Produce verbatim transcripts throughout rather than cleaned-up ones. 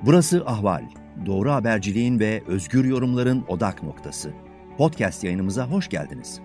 Burası Ahval. Doğru haberciliğin ve özgür yorumların odak noktası. Podcast yayınımıza hoş geldiniz.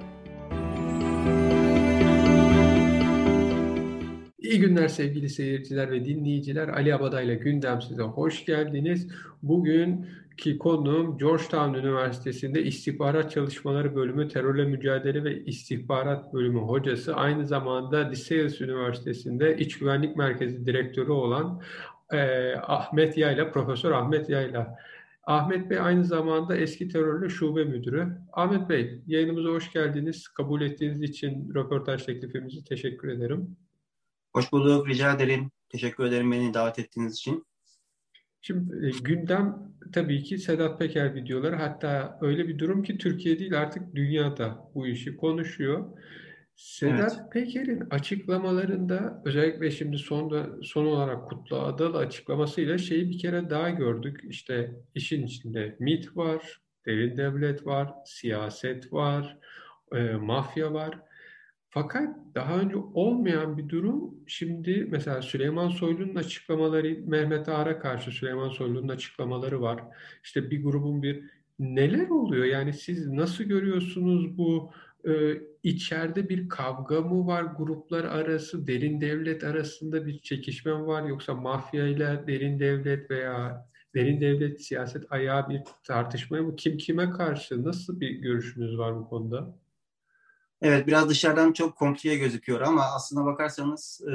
İyi günler sevgili seyirciler ve dinleyiciler. Ali Abaday'la Gündem size hoş geldiniz. Bugünkü konuğum Georgetown Üniversitesi'nde İstihbarat Çalışmaları Bölümü Terörle Mücadele ve İstihbarat Bölümü hocası. Aynı zamanda DeSales Üniversitesi'nde İç Güvenlik Merkezi Direktörü olan e, Ahmet Yayla, Profesör Ahmet Yayla. Ahmet Bey aynı zamanda eski terörle şube müdürü. Ahmet Bey, yayınımıza hoş geldiniz. Kabul ettiğiniz için röportaj teklifimizi teşekkür ederim. Hoş bulduk, rica ederim. Teşekkür ederim beni davet ettiğiniz için. Şimdi e, gündem tabii ki Sedat Peker videoları, hatta öyle bir durum ki Türkiye değil artık dünyada bu işi konuşuyor. Evet. Sedat Peker'in açıklamalarında özellikle şimdi son, son olarak Kutlu Adalı açıklamasıyla şeyi bir kere daha gördük. İşte işin içinde MİT var, derin devlet var, siyaset var, e, mafya var. Fakat daha önce olmayan bir durum, şimdi mesela Süleyman Soylu'nun açıklamaları, Mehmet Ağar'a karşı Süleyman Soylu'nun açıklamaları var. İşte bir grubun bir neler oluyor? Yani siz nasıl görüyorsunuz bu e, içeride bir kavga mı var gruplar arası, derin devlet arasında bir çekişme mi var, yoksa mafya ile derin devlet veya derin devlet siyaset ayağı bir tartışmaya mı? Kim kime karşı? Nasıl bir görüşünüz var bu konuda? Evet, biraz dışarıdan çok kompliye gözüküyor ama aslına bakarsanız e,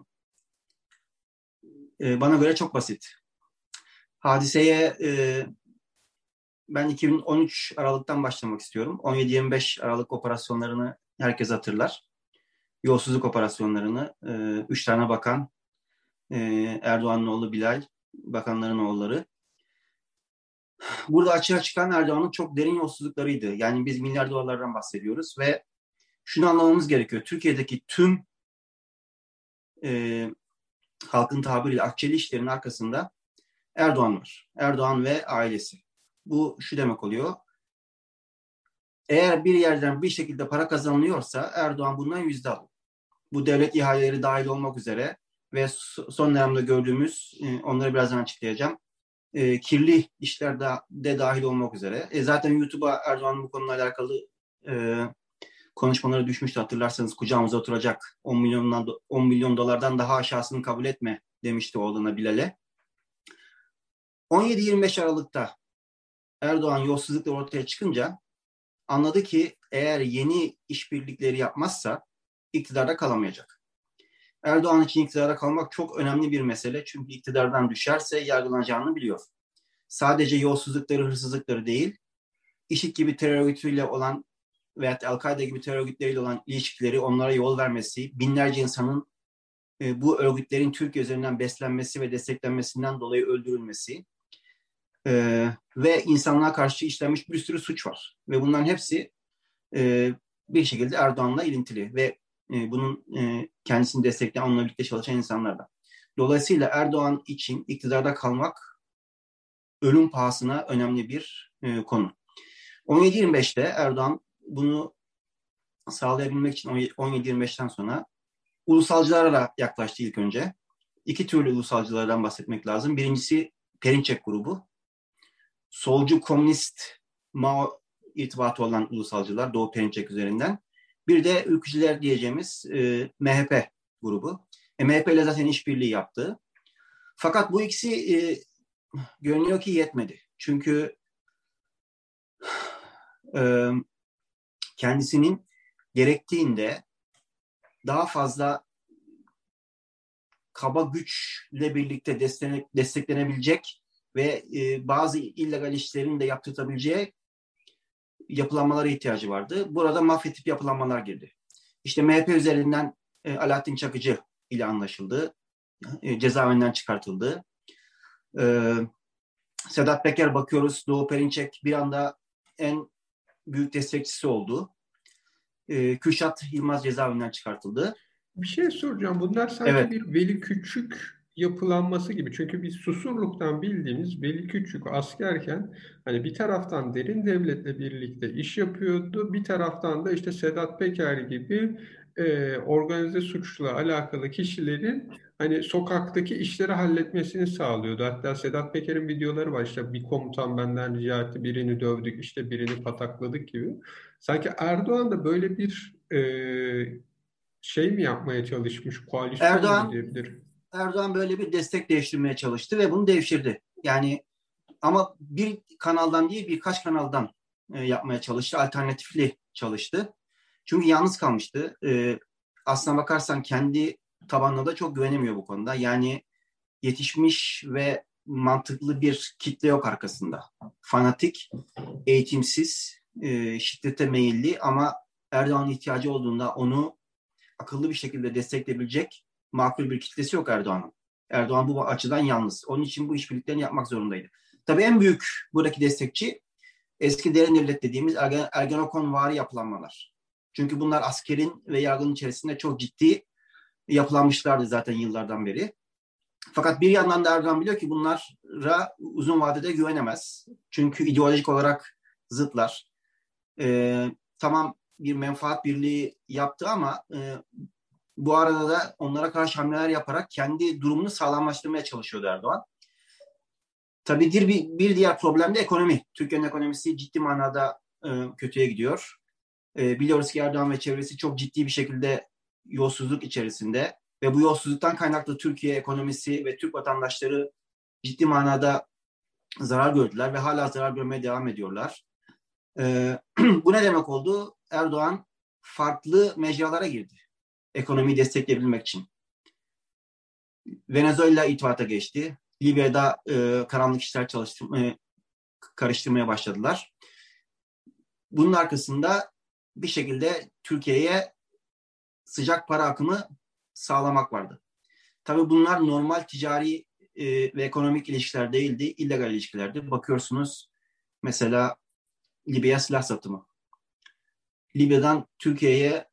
e, bana göre çok basit. Hadiseye e, ben iki bin on üç Aralık'tan başlamak istiyorum. on yedi yirmi beş Aralık operasyonlarını herkes hatırlar. Yolsuzluk operasyonlarını, e, üç tane bakan, e, Erdoğan'ın oğlu Bilal, bakanların oğulları. Burada açığa çıkan Erdoğan'ın çok derin yolsuzluklarıydı. Yani biz milyar dolarlardan bahsediyoruz ve şunu anlamamız gerekiyor. Türkiye'deki tüm e, halkın tabiriyle akçeli işlerin arkasında Erdoğan var. Erdoğan ve ailesi. Bu şu demek oluyor. Eğer bir yerden bir şekilde para kazanılıyorsa Erdoğan bundan yüzde alıyor. Bu devlet ihaleleri dahil olmak üzere ve son dönemde gördüğümüz, onları birazdan açıklayacağım, e, kirli işler de, de dahil olmak üzere. E, zaten YouTube'a Erdoğan'ın bu konuyla alakalı e, konuşmaları düşmüştü, hatırlarsanız. Kucağımıza oturacak on milyondan on milyon dolardan daha aşağısını kabul etme demişti oğluna Bilal'e. on yedi yirmi beş Aralık'ta Erdoğan yolsuzlukla ortaya çıkınca anladı ki eğer yeni işbirlikleri yapmazsa iktidarda kalamayacak. Erdoğan için iktidarda kalmak çok önemli bir mesele. Çünkü iktidardan düşerse yargılanacağını biliyor. Sadece yolsuzlukları, hırsızlıkları değil, İŞİD gibi terör örgütüyle olan veya El-Kaide gibi terör örgütleriyle olan ilişkileri, onlara yol vermesi, binlerce insanın e, bu örgütlerin Türkiye üzerinden beslenmesi ve desteklenmesinden dolayı öldürülmesi e, ve insanlığa karşı işlenmiş bir sürü suç var. Ve bunların hepsi e, bir şekilde Erdoğan'la ilintili ve e, bunun e, kendisini destekleyen, onunla birlikte çalışan insanlar da. Dolayısıyla Erdoğan için iktidarda kalmak ölüm pahasına önemli bir e, konu. on yedi yirmi beşte Erdoğan bunu sağlayabilmek için on yedi yirmi beşten sonra ulusalcılara yaklaştı ilk önce. İki türlü ulusalcılardan bahsetmek lazım. Birincisi Perinçek grubu. Solcu komünist Mao irtibatı olan ulusalcılar Doğu Perinçek üzerinden. Bir de ülkücüler diyeceğimiz e, M H P grubu. E, M H P ile zaten işbirliği yaptı. Fakat bu ikisi e, görünüyor ki yetmedi. Çünkü e, kendisinin gerektiğinde daha fazla kaba güçle birlikte desteklenebilecek ve e, bazı illegal işlerini de yaptırtabileceği yapılanmalara ihtiyacı vardı. Burada mafya tipi yapılanmalar girdi. İşte M H P üzerinden e, Alaaddin Çakıcı ile anlaşıldı. E, cezaevinden çıkartıldı. E, Sedat Peker bakıyoruz. Doğu Perinçek bir anda en büyük destekçisi oldu. E, Kürşat Yılmaz cezaevinden çıkartıldı. Bir şey soracağım. Bunlar sanki Evet. bir Veli Küçük yapılanması gibi. Çünkü biz Susurluk'tan bildiğimiz Veli Küçük askerken hani bir taraftan derin devletle birlikte iş yapıyordu. Bir taraftan da işte Sedat Peker gibi e, organize suçla alakalı kişilerin hani sokaktaki işleri halletmesini sağlıyordu. Hatta Sedat Peker'in videoları var, işte bir komutan benden rica etti, birini dövdük, işte birini patakladık gibi. Sanki Erdoğan da böyle bir e, şey mi yapmaya çalışmış, koalisyon mu Erdoğan diyebilir? Erdoğan böyle bir destek değiştirmeye çalıştı ve bunu devşirdi. Yani ama bir kanaldan değil birkaç kanaldan e, yapmaya çalıştı. Alternatifli çalıştı. Çünkü yalnız kalmıştı. E, aslına bakarsan kendi tabanına da çok güvenemiyor bu konuda. Yani yetişmiş ve mantıklı bir kitle yok arkasında. Fanatik, eğitimsiz, e, şiddete meyilli ama Erdoğan'ın ihtiyacı olduğunda onu akıllı bir şekilde destekleyebilecek makul bir kitlesi yok Erdoğan'ın. Erdoğan bu açıdan yalnız. Onun için bu işbirliklerini yapmak zorundaydı. Tabii en büyük buradaki destekçi eski derin devlet dediğimiz Ergen, Ergenekon-vari yapılanmalar. Çünkü bunlar askerin ve yargının içerisinde çok ciddi yapılanmışlardı zaten yıllardan beri. Fakat bir yandan da Erdoğan biliyor ki bunlara uzun vadede güvenemez. Çünkü ideolojik olarak zıtlar. Ee, tamam bir menfaat birliği yaptı ama e, bu arada da onlara karşı hamleler yaparak kendi durumunu sağlamlaştırmaya çalışıyordu Erdoğan. Tabii bir, bir diğer problem de ekonomi. Türkiye'nin ekonomisi ciddi manada e, kötüye gidiyor. E, biliyoruz ki Erdoğan ve çevresi çok ciddi bir şekilde yolsuzluk içerisinde ve bu yolsuzluktan kaynaklı Türkiye ekonomisi ve Türk vatandaşları ciddi manada zarar gördüler ve hala zarar görmeye devam ediyorlar. E, bu ne demek oldu? Erdoğan farklı mecralara girdi ekonomiyi destekleyebilmek için. Venezuela itibata geçti. Libya'da e, karanlık işler çalıştırmaya, karıştırmaya başladılar. Bunun arkasında bir şekilde Türkiye'ye sıcak para akımı sağlamak vardı. Tabii bunlar normal ticari e, ve ekonomik ilişkiler değildi, illegal ilişkilerdi. Bakıyorsunuz mesela Libya'ya silah satımı. Libya'dan Türkiye'ye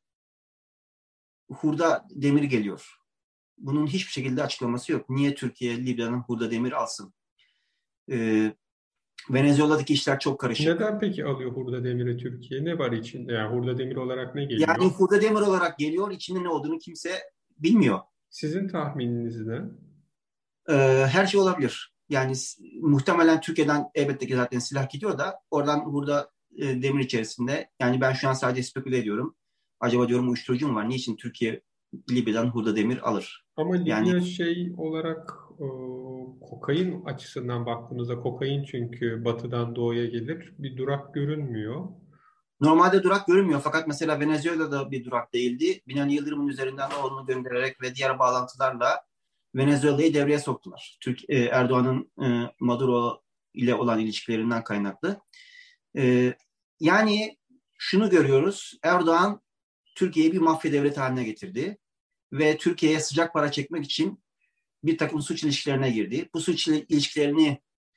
hurda demir geliyor. Bunun hiçbir şekilde açıklaması yok. Niye Türkiye Libya'nın hurda demir alsın? Ee, Venezuela'daki işler çok karışık. Neden peki alıyor hurda demiri Türkiye? Ne var içinde? Yani hurda demir olarak ne Yani geliyor? hurda demir olarak geliyor. İçinde ne olduğunu kimse bilmiyor. Sizin tahmininiz ne? Ee, her şey olabilir. Yani muhtemelen Türkiye'den elbette ki zaten silah gidiyor da oradan burada e, demir içerisinde. Yani ben şu an sadece speküle ediyorum. Acaba diyorum uyuşturucu mu var? Niçin Türkiye Libya'dan hurda demir alır? Ama Yani Libya şey olarak e, kokain açısından baktığımızda, kokain çünkü batıdan doğuya gelir, bir durak görünmüyor. normalde durak görünmüyor. Fakat mesela Venezuela'da bir durak değildi. Binali Yıldırım'ın üzerinden oğlunu göndererek ve diğer bağlantılarla Venezuela'yı devreye soktular. Türk e, Erdoğan'ın e, Maduro ile olan ilişkilerinden kaynaklı. E, yani şunu görüyoruz. Erdoğan Türkiye'yi bir mafya devleti haline getirdi ve Türkiye'ye sıcak para çekmek için bir takım suç ilişkilerine girdi. Bu suç ilişkilerini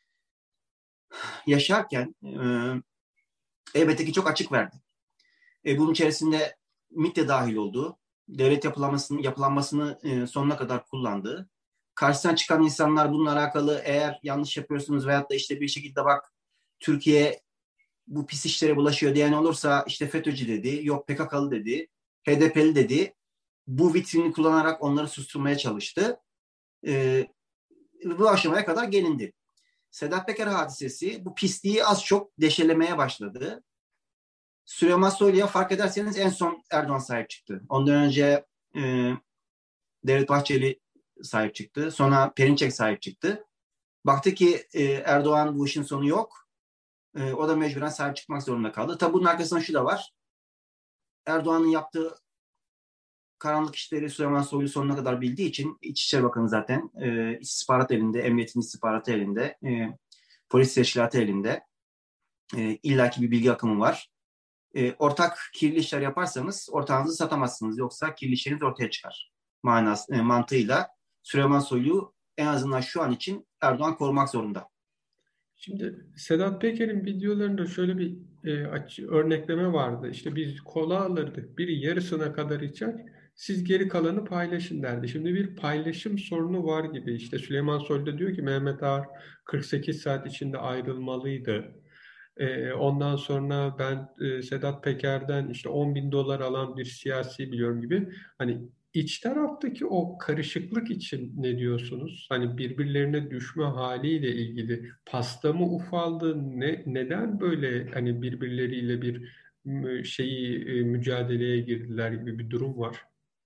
yaşarken e, elbette ki çok açık verdi. E, bunun içerisinde MİT de dahil oldu. Devlet yapılanmasını, yapılanmasını e, sonuna kadar kullandı. Karşısına çıkan insanlar bununla alakalı eğer yanlış yapıyorsunuz veyahut da işte bir şekilde bak Türkiye bu pis işlere bulaşıyor diyen olursa işte FETÖ'cü dedi, yok P K K'lı dedi, H D P'li dedi. Bu vitrini kullanarak onları susturmaya çalıştı. E, bu aşamaya kadar gelindi. Sedat Peker hadisesi bu pisliği az çok deşelemeye başladı. Süleyman Soylu'ya fark ederseniz en son Erdoğan sahip çıktı. Ondan önce e, Devlet Bahçeli sahip çıktı. Sonra Perinçek sahip çıktı. Baktı ki e, Erdoğan bu işin sonu yok. E, o da mecburen sahip çıkmak zorunda kaldı. Tabi bunun arkasında şu da var. Erdoğan'ın yaptığı karanlık işleri Süleyman Soylu sonuna kadar bildiği için İçişleri Bakanı zaten e, istihbarat elinde, emniyetin istihbaratı elinde, e, polis teşkilatı elinde. E, illaki bir bilgi akımı var. E, ortak kirli işler yaparsanız ortağınızı satamazsınız. Yoksa kirli işleriniz ortaya çıkar. Manası, e, mantığıyla Süleyman Soylu en azından şu an için Erdoğan korumak zorunda. Şimdi Sedat Peker'in videolarında şöyle bir e, açı, örnekleme vardı. İşte biz kola alırdık. Biri yarısına kadar içer, Siz geri kalanı paylaşın derdi. Şimdi bir paylaşım sorunu var gibi. İşte Süleyman Soylu da diyor ki Mehmet Ağar kırk sekiz saat içinde ayrılmalıydı. Ee, ondan sonra ben e, Sedat Peker'den işte on bin dolar alan bir siyasi biliyorum gibi. Hani iç taraftaki o karışıklık için ne diyorsunuz? Hani birbirlerine düşme haliyle ilgili pasta mı ufaldı? Ne, neden böyle hani birbirleriyle bir mü- şeyi e, mücadeleye girdiler gibi bir durum var.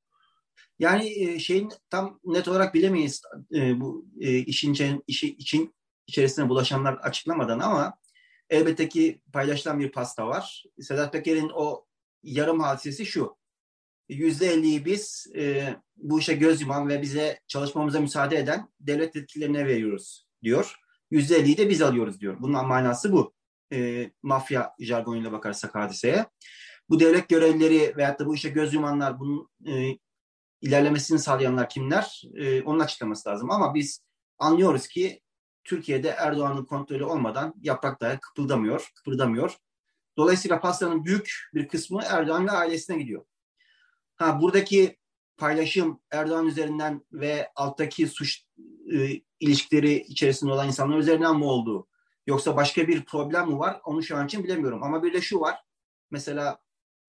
Yani e, şeyin tam net olarak bilemeyiz e, bu e, işin içen- işi için içerisine bulaşanlar açıklamadan, ama elbette ki paylaşılan bir pasta var. Sedat Peker'in o yarım hadisesi şu: yüzde elliyi biz e, bu işe göz yuman ve bize çalışmamıza müsaade eden devlet yetkililerine veriyoruz diyor. Yüzde elliyi de biz alıyoruz diyor. Bunun manası bu. E, mafya jargonuyla bakarsak hadiseye. Bu devlet görevlileri veyahut da bu işe göz yumanlar, bunun e, ilerlemesini sağlayanlar kimler? E, onun açıklaması lazım. Ama biz anlıyoruz ki Türkiye'de Erdoğan'ın kontrolü olmadan yaprak dahi kıpıldamıyor, kıpırdamıyor. Dolayısıyla pastanın büyük bir kısmı Erdoğan ve ailesine gidiyor. Ha, buradaki paylaşım Erdoğan üzerinden ve alttaki suç e, ilişkileri içerisinde olan insanlar üzerinden mi oldu? Yoksa başka bir problem mi var? Onu şu an için bilemiyorum. Ama bir de şu var. Mesela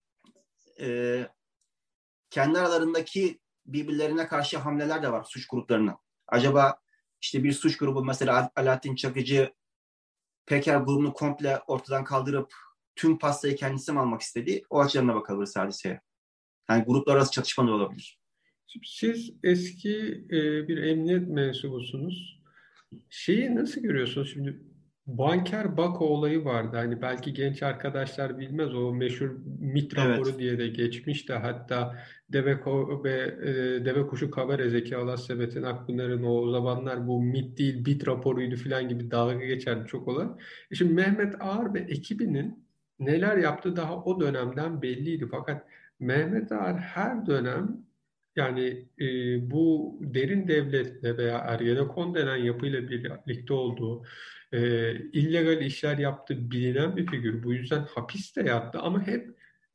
e, kendi aralarındaki birbirlerine karşı hamleler de var suç gruplarına. Acaba işte bir suç grubu, mesela Alaaddin Çakıcı, Peker grubunu komple ortadan kaldırıp tüm pastayı kendisi mi almak istedi? O açıdan da bakabiliriz hadiseye. Yani gruplar arası çatışma da olabilir. Siz eski e, bir emniyet mensubusunuz. Şeyi nasıl görüyorsunuz şimdi? Banker Bako olayı vardı. Hani belki genç arkadaşlar bilmez, o meşhur MİT Evet. raporu diye de geçmişti. Hatta Deve, Ko- ve, e, Deve Kuşu Kabare Zeki Alassebet'in Akpınar'ın o zamanlar bu MİT değil BİT raporuydu falan gibi dalga geçerdi çok olay. E Şimdi Mehmet Ağar ve ekibinin neler yaptığı daha o dönemden belliydi. Fakat Mehmet Ağar her dönem yani e, bu derin devletle veya Ergenekon denen yapıyla birlikte olduğu e, illegal işler yaptığı bilinen bir figür. Bu yüzden hapiste yattı ama hep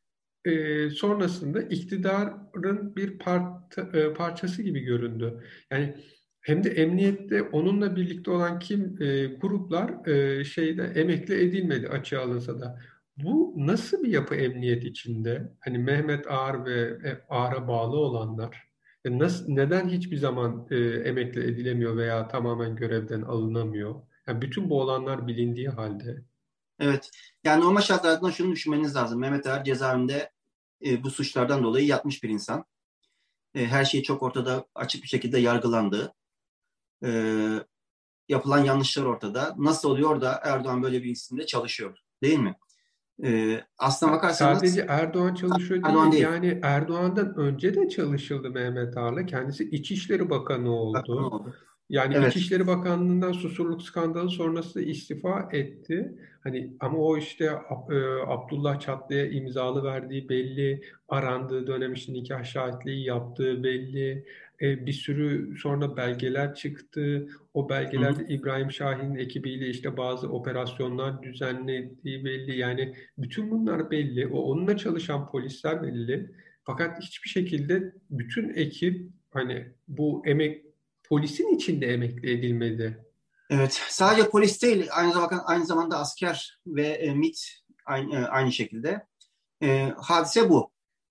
e, sonrasında iktidarın bir part, e, parçası gibi göründü. Yani hem de emniyette onunla birlikte olan kim e, gruplar e, şeyde emekli edilmedi açığa alınsa da. Bu nasıl bir yapı emniyet içinde? Hani Mehmet Ağar ve e, Ağar'a bağlı olanlar e, nasıl, neden hiçbir zaman e, emekli edilemiyor veya tamamen görevden alınamıyor? Yani bütün bu olanlar bilindiği halde. Evet. Yani normal şartlarda şunu düşünmeniz lazım. Mehmet Ağar cezaevinde e, bu suçlardan dolayı yatmış bir insan. E, her şey çok ortada, açık bir şekilde yargılandı. E, yapılan yanlışlar ortada. Nasıl oluyor da Erdoğan böyle bir isimde çalışıyor, değil mi? E, aslına Ha, bakarsanız sadece Erdoğan çalışıyor Erdoğan değil. değil. Yani Erdoğan'dan önce de çalışıldı Mehmet Ağar'la. Kendisi İçişleri Bakanı Bak ne oldu. oldu? Yani Evet. İçişleri Bakanlığı'ndan susurluk skandalı sonrası istifa etti. Hani ama o işte e, Abdullah Çatlı'ya imzalı verdiği belli, arandığı dönem için nikah şahitliği yaptığı belli. E, bir sürü sonra belgeler çıktı. O Hı hı. belgelerde İbrahim Şahin'in ekibiyle işte bazı operasyonlar düzenlediği belli. Yani bütün bunlar belli. O onunla çalışan polisler belli. Fakat hiçbir şekilde bütün ekip hani bu emek polisin içinde emekli edilmedi. Evet. Sadece polis değil, aynı zamanda aynı zamanda asker ve e, MİT aynı, e, aynı şekilde. E, hadise bu.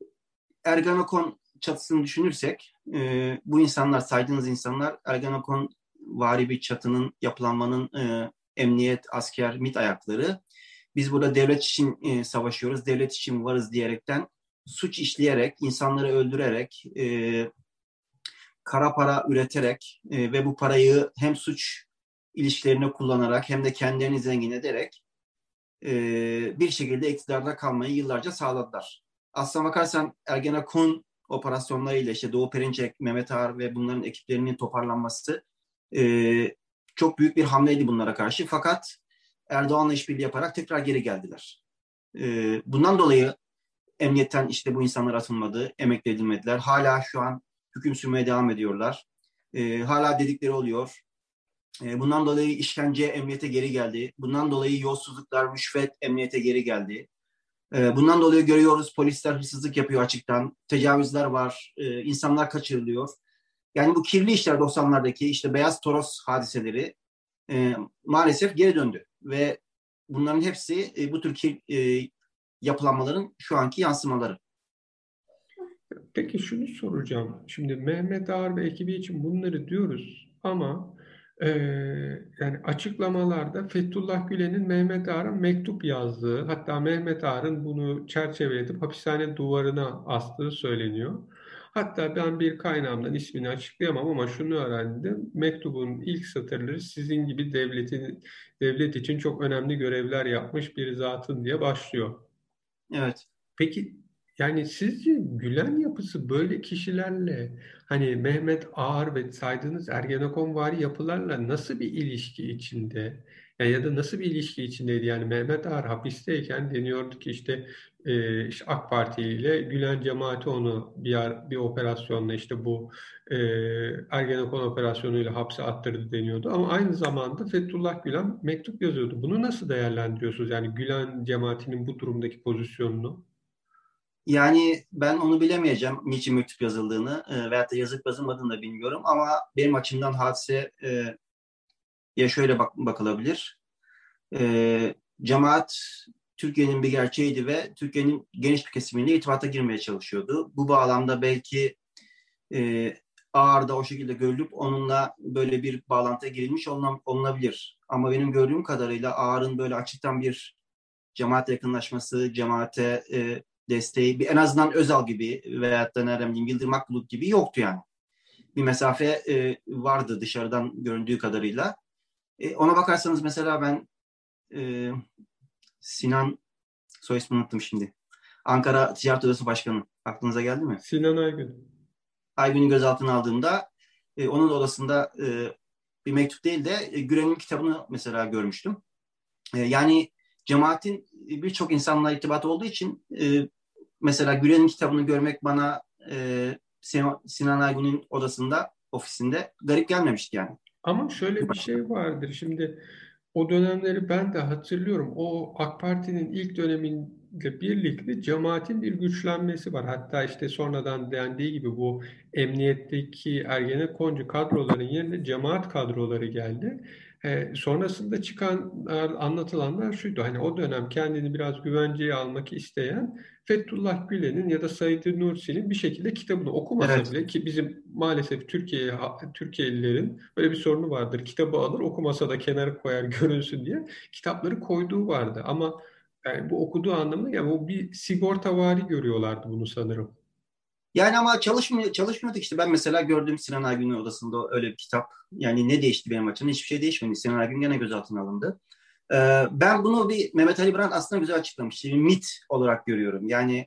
Ergenekon çatısını düşünürsek, e, bu insanlar, saydığınız insanlar Ergenekon vari bir çatının, yapılanmanın e, emniyet, asker, MİT ayakları. Biz burada devlet için e, savaşıyoruz, devlet için varız diyerekten suç işleyerek, insanları öldürerek, e, kara para üreterek e, ve bu parayı hem suç ilişkilerine kullanarak hem de kendilerini zengin ederek e, bir şekilde iktidarda kalmayı yıllarca sağladılar. Aslına bakarsan Ergenekon operasyonlarıyla işte Doğu Perinçek, Mehmet Ağar ve bunların ekiplerinin toparlanması e, çok büyük bir hamleydi bunlara karşı. Fakat Erdoğan'la işbirliği yaparak tekrar geri geldiler. E, bundan dolayı emniyetten işte bu insanlar atılmadı, emekli edilmediler. Hala şu an hüküm sürmeye devam ediyorlar. E, hala dedikleri oluyor. E, bundan dolayı işkence emniyete geri geldi. Bundan dolayı yolsuzluklar, rüşvet emniyete geri geldi. E, bundan dolayı görüyoruz polisler hırsızlık yapıyor açıktan, tecavüzler var, e, insanlar kaçırılıyor. Yani bu kirli işler doksanlardaki işte Beyaz Toros hadiseleri e, maalesef geri döndü ve bunların hepsi e, bu tür kir, e, yapılanmaların şu anki yansımaları. Peki şunu soracağım. Şimdi Mehmet Ağar ve ekibi için bunları diyoruz ama e, yani açıklamalarda Fethullah Gülen'in Mehmet Ağar'a mektup yazdığı, hatta Mehmet Ağar'ın bunu çerçeve edip hapishane duvarına astığı söyleniyor. Hatta ben bir kaynağımdan ismini açıklayamam ama şunu öğrendim. Mektubun ilk satırları sizin gibi devletin devlet için çok önemli görevler yapmış bir zatın diye başlıyor. Evet. Peki yani sizce Gülen yapısı böyle kişilerle hani Mehmet Ağar ve saydığınız Ergenekonvari yapılarla nasıl bir ilişki içinde? Ya, ya da nasıl bir ilişki içindeydi? Yani Mehmet Ağar hapisteyken deniyordu ki işte, e, işte AK Parti ile Gülen cemaati onu bir, ar- bir operasyonla işte bu e, Ergenekon operasyonuyla hapse attırdı deniyordu. Ama aynı zamanda Fethullah Gülen mektup yazıyordu. Bunu nasıl değerlendiriyorsunuz? Yani Gülen cemaatinin bu durumdaki pozisyonunu? Yani ben onu bilemeyeceğim niçin mektup yazıldığını e, veyahut da yazıp yazılmadığını da bilmiyorum ama benim açımdan hadise e, ya şöyle bak bakılabilir. E, Cemaat Türkiye'nin bir gerçeğiydi ve Türkiye'nin geniş bir kesiminde irtibata girmeye çalışıyordu. Bu bağlamda belki e, Ağar'da o şekilde görülüp onunla böyle bir bağlantıya girilmiş olunam- olunabilir. Ama benim gördüğüm kadarıyla Ağar'ın böyle açıktan bir cemaate yakınlaşması, cemaate e, desteği, bir, en azından Özal gibi veyahut da nereden bileyim Yıldırım Akbulut gibi yoktu yani. Bir mesafe e, vardı dışarıdan göründüğü kadarıyla. E, ona bakarsanız mesela ben e, Sinan, soy ismini unuttum şimdi. Ankara Ticaret Odası Başkanı. Aklınıza geldi mi? Sinan Aygün. Aygün'ü gözaltına aldığımda e, onun odasında e, bir mektup değil de e, Gülen'in kitabını mesela görmüştüm. E, yani cemaatin birçok insanla irtibat olduğu için e, mesela Gülen'in kitabını görmek bana e, Sinan Aygün'ün odasında, ofisinde garip gelmemişti yani. Ama şöyle bir şey vardır. Şimdi o dönemleri ben de hatırlıyorum. O AK Parti'nin ilk döneminde birlikte cemaatin bir güçlenmesi var. Hatta işte sonradan dendiği gibi bu emniyetteki Ergenekoncu kadroların yerine cemaat kadroları geldi. Ee, sonrasında çıkan anlatılanlar şuydu. Hani o dönem kendini biraz güvenceye almak isteyen Fethullah Gülen'in ya da Said Nursi'nin bir şekilde kitabını okumasa Evet. bile, ki bizim maalesef Türkiye Türkiye'lilerin böyle bir sorunu vardır. Kitabı alır, okumasa da kenara koyar görünsün diye kitapları koyduğu vardı. Ama yani bu okuduğu anlamında ya bu bir sigortavari görüyorlardı bunu sanırım. Yani ama çalışmıyor, çalışmıyorduk işte. Ben mesela gördüğüm Sinan Aygün'ün odasında öyle bir kitap. Yani ne değişti benim açımdan? Hiçbir şey değişmedi. Sinan Aygün gene gözaltına alındı. Ee, ben bunu bir Mehmet Ali Brand aslında güzel açıklamış. Bir mit olarak görüyorum. Yani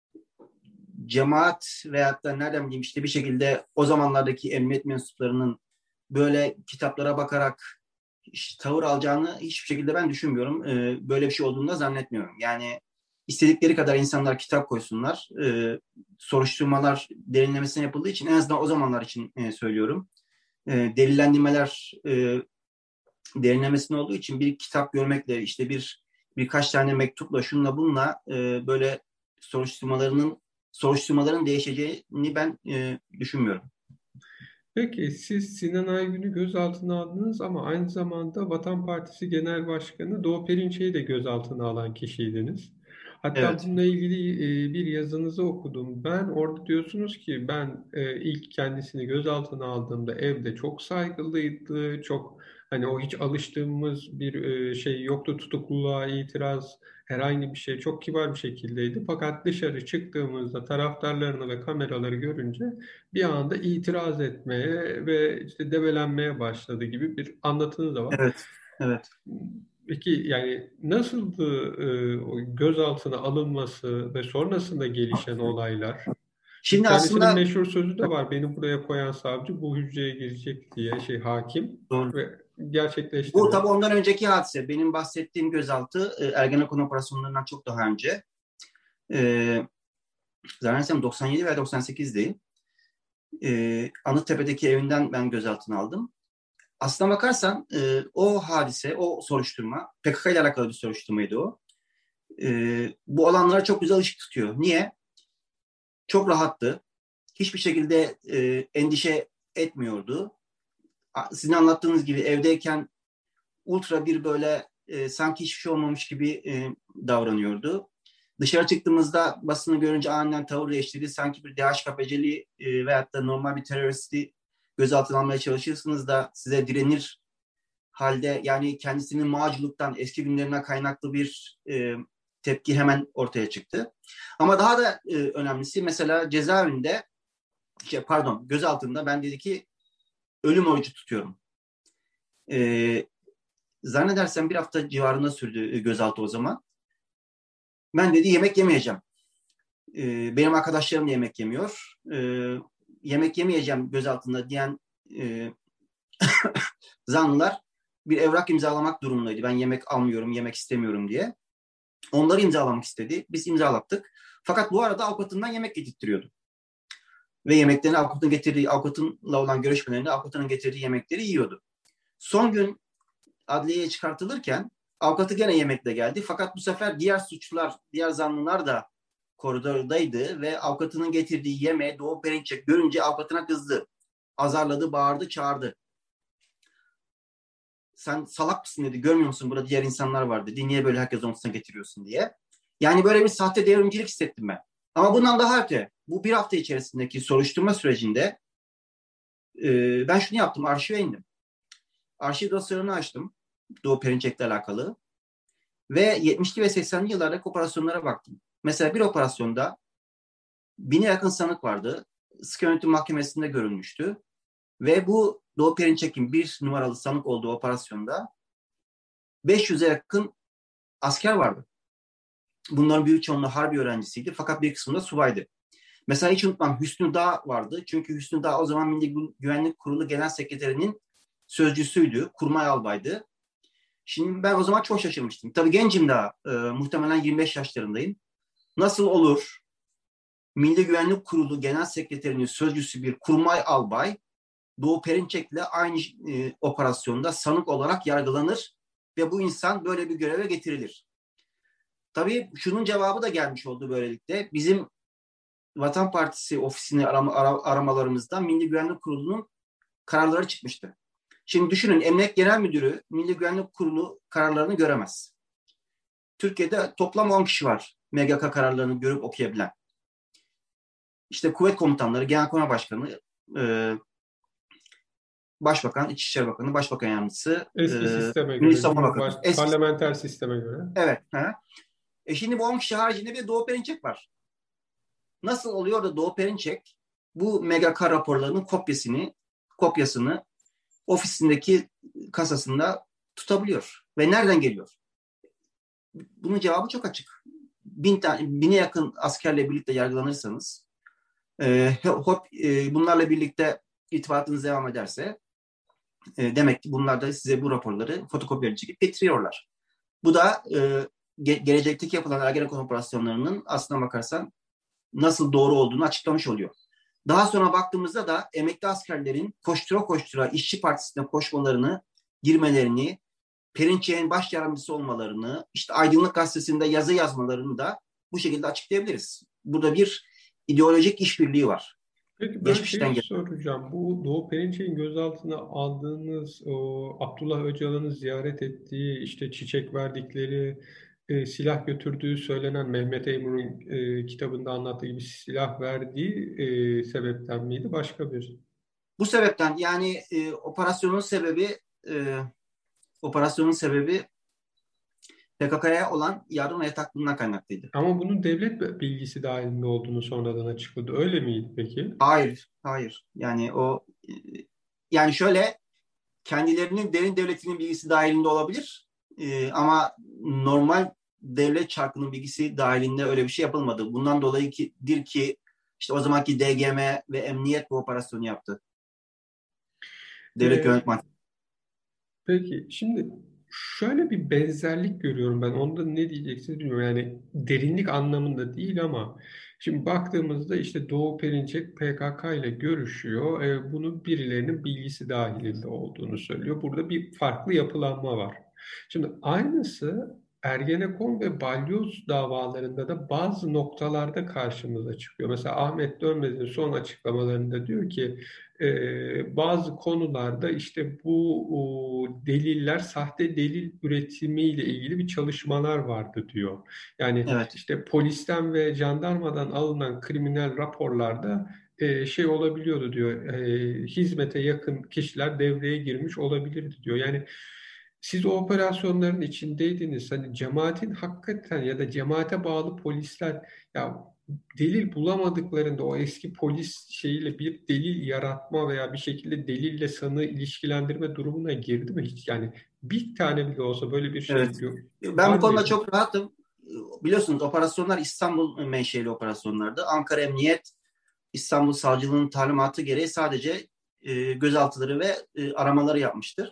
cemaat veyahut da nereden bileyim işte bir şekilde o zamanlardaki emniyet mensuplarının böyle kitaplara bakarak işte tavır alacağını hiçbir şekilde ben düşünmüyorum. Ee, böyle bir şey olduğunu da zannetmiyorum. Yani istedikleri kadar insanlar kitap koysunlar. Ee, soruşturmalar derinlemesine yapıldığı için en azından o zamanlar için e, söylüyorum. Ee, delillendirmeler e, derinlemesine olduğu için bir kitap görmekle işte bir birkaç tane mektupla şunla bununla e, böyle soruşturmalarının soruşturmaların değişeceğini ben e, düşünmüyorum. Peki siz Sinan Aygün'ü gözaltına aldınız ama aynı zamanda Vatan Partisi Genel Başkanı Doğu Perinçek'i de gözaltına alan kişiydiniz. Hatta Evet. bununla ilgili e, bir yazınızı okudum. Ben orada diyorsunuz ki ben e, ilk kendisini gözaltına aldığımda evde çok saygılıydı, çok hani o hiç alıştığımız bir e, şey yoktu, tutukluluğa itiraz, herhangi bir şey, çok kibar bir şekildeydi. Fakat dışarı çıktığımızda taraftarlarını ve kameraları görünce bir anda itiraz etmeye ve işte debelenmeye başladı gibi bir anlatınız da var. Evet. Evet. Peki yani nasıldı e, o gözaltına alınması ve sonrasında gelişen olaylar? Bir Şimdi tanesinin aslında meşhur sözü de var. Beni buraya koyan savcı bu hücreye girecek diye şey hakim doğru. ve gerçekleşti Bu de. tabii ondan önceki hadise. Benim bahsettiğim gözaltı e, Ergenekon operasyonlarından çok daha önce. E, Zannedersem doksan yedi veya doksan sekizdi. E, Anıttepe'deki evinden ben gözaltına aldım. Aslına bakarsan e, o hadise, o soruşturma P K K ile alakalı bir soruşturmaydı o. e, bu olanlara çok güzel ışık tutuyor. Niye? Çok rahattı. Hiçbir şekilde e, endişe etmiyordu. Sizin anlattığınız gibi evdeyken ultra bir böyle e, sanki hiçbir şey olmamış gibi e, davranıyordu. Dışarı çıktığımızda basını görünce aniden tavır değiştirdi. Sanki bir D H K P C'li e, veyahut da normal bir teröristi gözaltına almaya çalışırsınız da size direnir halde, yani kendisinin mağculuktan, eski günlerinden kaynaklı bir e, tepki hemen ortaya çıktı. Ama daha da e, önemlisi, mesela cezaevinde, şey, pardon gözaltında ben dedi ki ölüm orucu tutuyorum. E, zannedersem bir hafta civarında sürdü e, gözaltı o zaman. Ben dedi yemek yemeyeceğim. E, benim arkadaşlarım da yemek yemiyor. E, yemek yemeyeceğim gözaltında diyen e, zanlılar bir evrak imzalamak durumundaydı. Ben yemek almıyorum, yemek istemiyorum diye. Onları imzalamak istedi. Biz imzalattık. Fakat bu arada avukatından yemek getirtiyordu. Ve yemeklerini avukatın getirdiği, avukatınla olan görüşmelerinde avukatının getirdiği yemekleri yiyordu. Son gün adliyeye çıkartılırken avukatı gene yemekle geldi. Fakat bu sefer diğer suçlular, diğer zanlılar da koridordaydı ve avukatının getirdiği yemeği Doğu Perinçek görünce avukatına kızdı. Azarladı, bağırdı, çağırdı. Sen salak mısın dedi. Görmüyor musun burada diğer insanlar var dedi. Niye böyle herkes omzuna getiriyorsun diye. Yani böyle bir sahte devrimcilik hissettim ben. Ama bundan daha öte, bu bir hafta içerisindeki soruşturma sürecinde e, ben şunu yaptım. Arşive indim. Arşiv dosyalarını açtım. Doğu Perinçek'le alakalı. Ve yetmişli ve seksenli yıllardaki operasyonlara baktım. Mesela bir operasyonda bine yakın sanık vardı. Sıkı Yönetim Mahkemesi'nde görülmüştü. Ve bu Doğu Perinçek'in bir numaralı sanık olduğu operasyonda beş yüze yakın asker vardı. Bunların büyük çoğunluğu harbi öğrencisiydi. Fakat bir kısmı da subaydı. Mesela hiç unutmam, Hüsnü Dağ vardı. Çünkü Hüsnü Dağ o zaman Milli Güvenlik Kurulu Genel Sekreterinin sözcüsüydü. Kurmay albaydı. Şimdi ben o zaman çok şaşırmıştım. Tabii gencim daha. E, muhtemelen yirmi beş yaşlarındayım. Nasıl olur Milli Güvenlik Kurulu Genel Sekreterinin sözcüsü bir kurmay albay Doğu Perinçek'le aynı e, operasyonda sanık olarak yargılanır ve bu insan böyle bir göreve getirilir. Tabii şunun cevabı da gelmiş oldu böylelikle. Bizim Vatan Partisi ofisini arama, ara, aramalarımızda Milli Güvenlik Kurulu'nun kararları çıkmıştı. Şimdi düşünün, Emniyet Genel Müdürü Milli Güvenlik Kurulu kararlarını göremez. Türkiye'de toplam on kişi var M G K kararlarını görüp okuyabilen. İşte kuvvet komutanları, Genelkurmay Başkanı, e, Başbakan, İçişleri Bakanı, Başbakan Yardımcısı, Eski e, sisteme Milli göre, Savunma Bakanı. Cumhurbaş- Eski, parlamenter sisteme göre. evet. He. E şimdi bu on kişi haricinde bir Doğu Perinçek var. Nasıl oluyor da Doğu Perinçek bu M G K raporlarının kopyasını, kopyasını ofisindeki kasasında tutabiliyor? Ve nereden geliyor? Bunun cevabı çok açık. Bin tane, bine yakın askerle birlikte yargılanırsanız, e, hop, e, bunlarla birlikte irtibatınız devam ederse, e, demek ki bunlar da size bu raporları fotokopileri çekip getiriyorlar. Bu da e, ge- gelecekteki yapılan Ergenekon operasyonlarının aslına bakarsan nasıl doğru olduğunu açıklamış oluyor. Daha sonra baktığımızda da emekli askerlerin koştura koştura İşçi Partisi'ne koşmalarını, girmelerini, Perinçek'in baş yardımcısı olmalarını, işte Aydınlık Gazetesi'nde yazı yazmalarını da bu şekilde açıklayabiliriz. Burada bir ideolojik işbirliği var. Peki ben Geçmişten şey gelen. soracağım. Bu Doğu Perinçek'in gözaltına aldığınız, o Abdullah Öcalan'ın ziyaret ettiği, işte çiçek verdikleri, e, silah götürdüğü söylenen Mehmet Eymur'un e, kitabında anlattığı gibi silah verdiği e, sebepten miydi? Başka bir. Bu sebepten, yani e, operasyonun sebebi e, operasyonun sebebi P K K'ya olan yardım ve yataklığından kaynaklıydı. Ama bunun devlet bilgisi dahilinde olduğunu sonradan açıkladı. Öyle miydi peki? Hayır, hayır. Yani o e, yani şöyle, kendilerinin derin devletinin bilgisi dahilinde olabilir. E, ama normal devlet çarkının bilgisi dahilinde öyle bir şey yapılmadı. Bundan dolayı ki, dir ki işte o zamanki D G M ve emniyet bu operasyonu yaptı. Devlet Ee, Yönetmen. Peki şimdi şöyle bir benzerlik görüyorum ben. Onda ne diyeceksiniz bilmiyorum. Yani derinlik anlamında değil ama şimdi baktığımızda işte Doğu Perinçek P K K ile görüşüyor. E, bunun birilerinin bilgisi dahilinde olduğunu söylüyor. Burada bir farklı yapılanma var. Şimdi aynısı Ergenekon ve Balyoz davalarında da bazı noktalarda karşımıza çıkıyor. Mesela Ahmet Dönmez'in son açıklamalarında diyor ki e, bazı konularda işte bu o, deliller, sahte delil üretimiyle ilgili bir çalışmalar vardı diyor. Yani Evet. işte polisten ve jandarmadan alınan kriminal raporlarda e, şey olabiliyordu diyor. E, hizmete yakın kişiler devreye girmiş olabilirdi diyor. Yani siz o operasyonların içindeydiniz. Hani cemaatin hakikaten ya da cemaate bağlı polisler ya delil bulamadıklarında o eski polis şeyiyle bir delil yaratma veya bir şekilde delille sanığı ilişkilendirme durumuna girdi mi hiç? Yani bir tane bile olsa böyle bir şey Evet. gö- Ben var bu konuda mıydı? çok rahatım. Biliyorsunuz operasyonlar İstanbul menşeli operasyonlardı. Ankara Emniyet İstanbul Savcılığı'nın talimatı gereği sadece e, gözaltıları ve e, aramaları yapmıştır.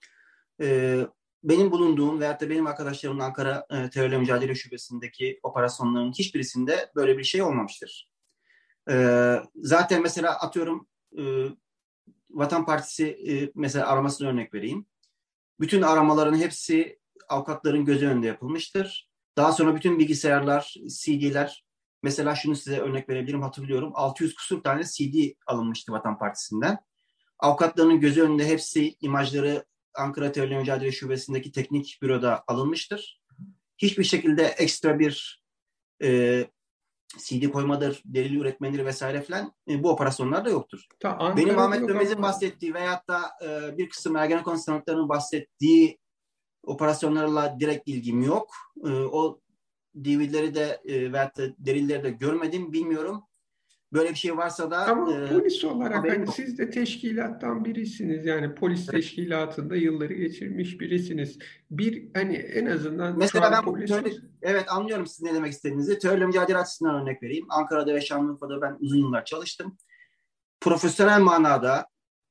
E, benim bulunduğum veyahut da benim arkadaşlarımın Ankara e, Terörle Mücadele Şubesi'ndeki operasyonların hiçbirisinde böyle bir şey olmamıştır. E, zaten mesela atıyorum e, Vatan Partisi e, mesela aramasını örnek vereyim. Bütün aramaların hepsi avukatların gözü önünde yapılmıştır. Daha sonra bütün bilgisayarlar, C D'ler, mesela şunu size örnek verebilirim, hatırlıyorum. altı yüz kusur tane C D alınmıştı Vatan Partisi'nden. Avukatların gözü önünde hepsi imajları Ankara Terörle Mücadele Şubesi'ndeki teknik büroda alınmıştır. Hiçbir şekilde ekstra bir e, C D koymadır, delil üretmeleri vesaire filan e, bu operasyonlarda yoktur. Ta Benim Ankara'da Ahmet yok Dönmez'in ama bahsettiği veyahut da e, bir kısım Ergenekon sanıklarının bahsettiği operasyonlarla direkt ilgim yok. E, o D V D'leri de e, veyahut da delilleri de görmedim, bilmiyorum. Böyle bir şey varsa da ama e, polis olarak haberim hani yok. siz de teşkilattan birisiniz. Yani polis Evet. teşkilatında yılları geçirmiş birisiniz. Bir hani en azından şu Mesela an ben polis terörle, evet anlıyorum sizin ne demek istediğinizi. Terörle mücadele açısından örnek vereyim. Ankara'da ve Şanlıurfa'da ben uzun yıllar çalıştım. Profesyonel manada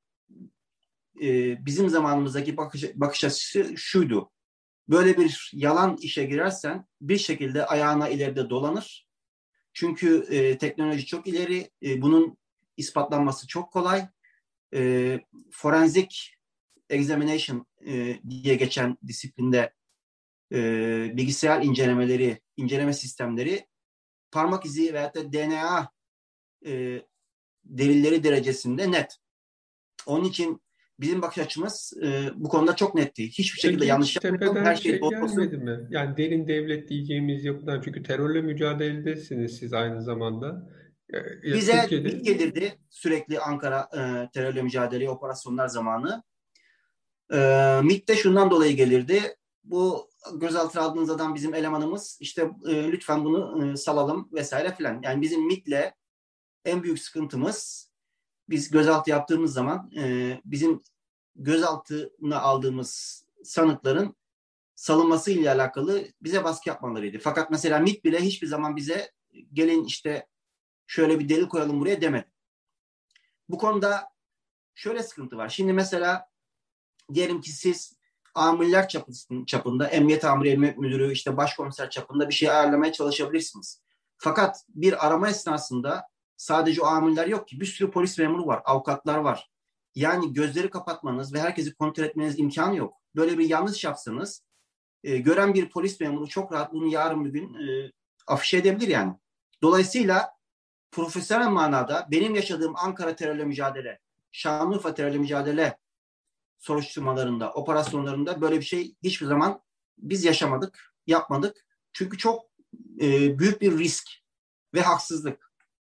e, bizim zamanımızdaki bakış, bakış açısı şuydu. Böyle bir yalan işe girersen bir şekilde ayağına ileride dolanır. Çünkü e, teknoloji çok ileri. E, bunun ispatlanması çok kolay. E, forensic examination e, diye geçen disiplinde e, bilgisayar incelemeleri, inceleme sistemleri parmak izi veyahut da D N A e, delilleri derecesinde net. Onun için bizim bakış açımız e, bu konuda çok netti. Hiçbir şekilde peki yanlış hiç yapmayalım. Her tepeden şey şey doğru olsun. gelmedi mi? Yani derin devlet diyeceğimiz yapıdan çünkü terörle mücadeledesiniz siz aynı zamanda. Ya, ya Bize Türkiye'de MİT gelirdi sürekli Ankara e, terörle mücadele operasyonlar zamanı. E, MİT de şundan dolayı gelirdi. Bu gözaltına aldığınız adam bizim elemanımız. İşte e, lütfen bunu e, salalım vesaire filan. Yani bizim MİT'le en büyük sıkıntımız, biz gözaltı yaptığımız zaman e, bizim gözaltına aldığımız sanıkların salınması ile alakalı bize baskı yapmalarıydı. Fakat mesela MİT bile hiçbir zaman bize gelin işte şöyle bir delil koyalım buraya demedi. Bu konuda şöyle sıkıntı var. Şimdi mesela diyelim ki siz amirler çapında, emniyet amiri, emniyet müdürü, işte başkomiser çapında bir şey ayarlamaya çalışabilirsiniz. Fakat bir arama esnasında sadece o amirler yok ki. Bir sürü polis memuru var, avukatlar var. Yani gözleri kapatmanız ve herkesi kontrol etmeniz imkanı yok. Böyle bir yanlış yapsanız e, gören bir polis memuru çok rahat bunu yarın bir gün e, afişe edebilir yani. Dolayısıyla profesyonel manada benim yaşadığım Ankara terörle mücadele, Şanlıurfa terörle mücadele soruşturmalarında, operasyonlarında böyle bir şey hiçbir zaman biz yaşamadık, yapmadık. Çünkü çok e, büyük bir risk ve haksızlık.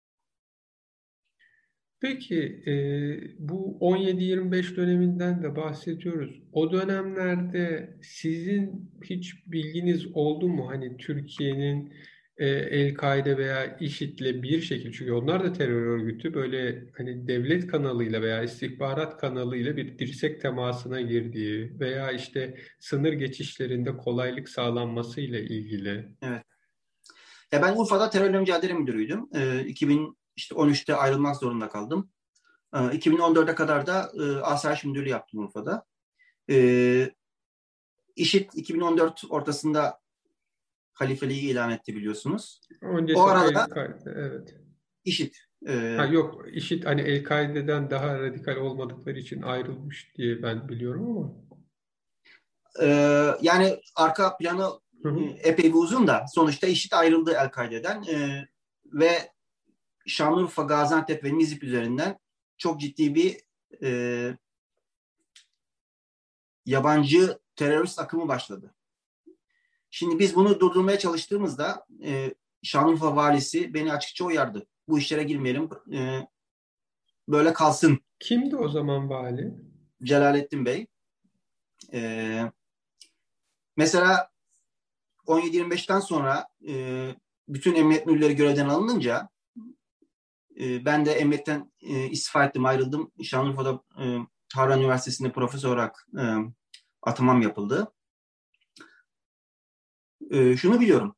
peki e, bu on yedi yirmi beş döneminden de bahsediyoruz. O dönemlerde sizin hiç bilginiz oldu mu? Hani Türkiye'nin e, El-Kaide veya IŞİD'le bir şekilde çünkü onlar da terör örgütü böyle hani devlet kanalıyla veya istihbarat kanalıyla bir dirsek temasına girdiği veya işte sınır geçişlerinde kolaylık sağlanmasıyla ilgili. Evet. Ya ben Urfa'da terörle mücadele müdürüydüm. E, iki bin on üçte ayrılmak zorunda kaldım. E, iki bin on dörde kadar da e, asayiş müdürlüğü yaptım Urfa'da. E, IŞİD iki bin on dört ortasında halifeliği ilan etti biliyorsunuz. O Öncesi arada El-Kaide, evet. IŞİD Ha e, yok, IŞİD hani El-Kaide'den daha radikal olmadıkları için ayrılmış diye ben biliyorum ama. e, yani arka planı Hı hı. epey bir uzun da sonuçta IŞİD ayrıldı El-Kaide'den e, ve Şanlıurfa, Gaziantep ve Nizip üzerinden çok ciddi bir e, yabancı terörist akımı başladı. Şimdi biz bunu durdurmaya çalıştığımızda e, Şanlıurfa valisi beni açıkça uyardı. Bu işlere girmeyelim, e, böyle kalsın. Kimdi o zaman vali? Celalettin Bey. E, mesela on yedi yirmi beşten sonra e, bütün emniyet müdürleri görevden alınınca e, ben de emniyetten e, istifa ettim, ayrıldım. Şanlıurfa'da e, Harran Üniversitesi'nde profesör olarak e, atamam yapıldı. E, şunu biliyorum.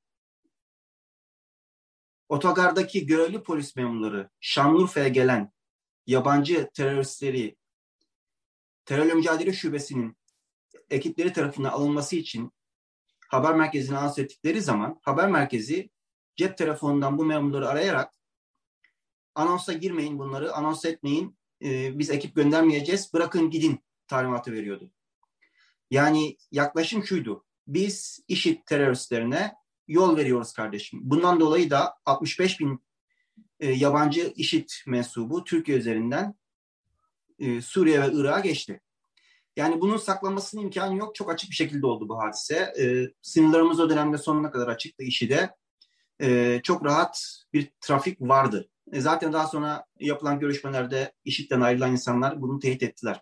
Otogardaki görevli polis memurları Şanlıurfa'ya gelen yabancı teröristleri Terörle Mücadele Şubesi'nin ekipleri tarafından alınması için haber merkezine anons ettikleri zaman haber merkezi cep telefonundan bu memurları arayarak anonsa girmeyin, bunları anons etmeyin, e, biz ekip göndermeyeceğiz, bırakın gidin talimatı veriyordu. Yani yaklaşım şuydu: biz IŞİD teröristlerine yol veriyoruz kardeşim. Bundan dolayı da altmış beş bin e, yabancı IŞİD mensubu Türkiye üzerinden e, Suriye ve Irak'a geçti. Yani bunun saklanmasının imkanı yok. Çok açık bir şekilde oldu bu hadise. E, sınırlarımız o dönemde sonuna kadar açıktı IŞİD'e. E, çok rahat bir trafik vardı. E, zaten daha sonra yapılan görüşmelerde IŞİD'den ayrılan insanlar bunu teyit ettiler.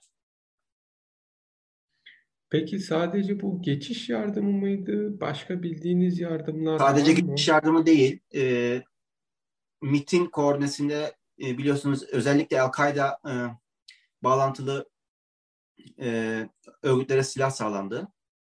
Peki sadece bu geçiş yardımı mıydı? Başka bildiğiniz yardımlar Sadece var geçiş mı? yardımı değil, e, MİT'in koordinesinde e, biliyorsunuz özellikle El-Kaide e, bağlantılı e, örgütlere silah sağlandı.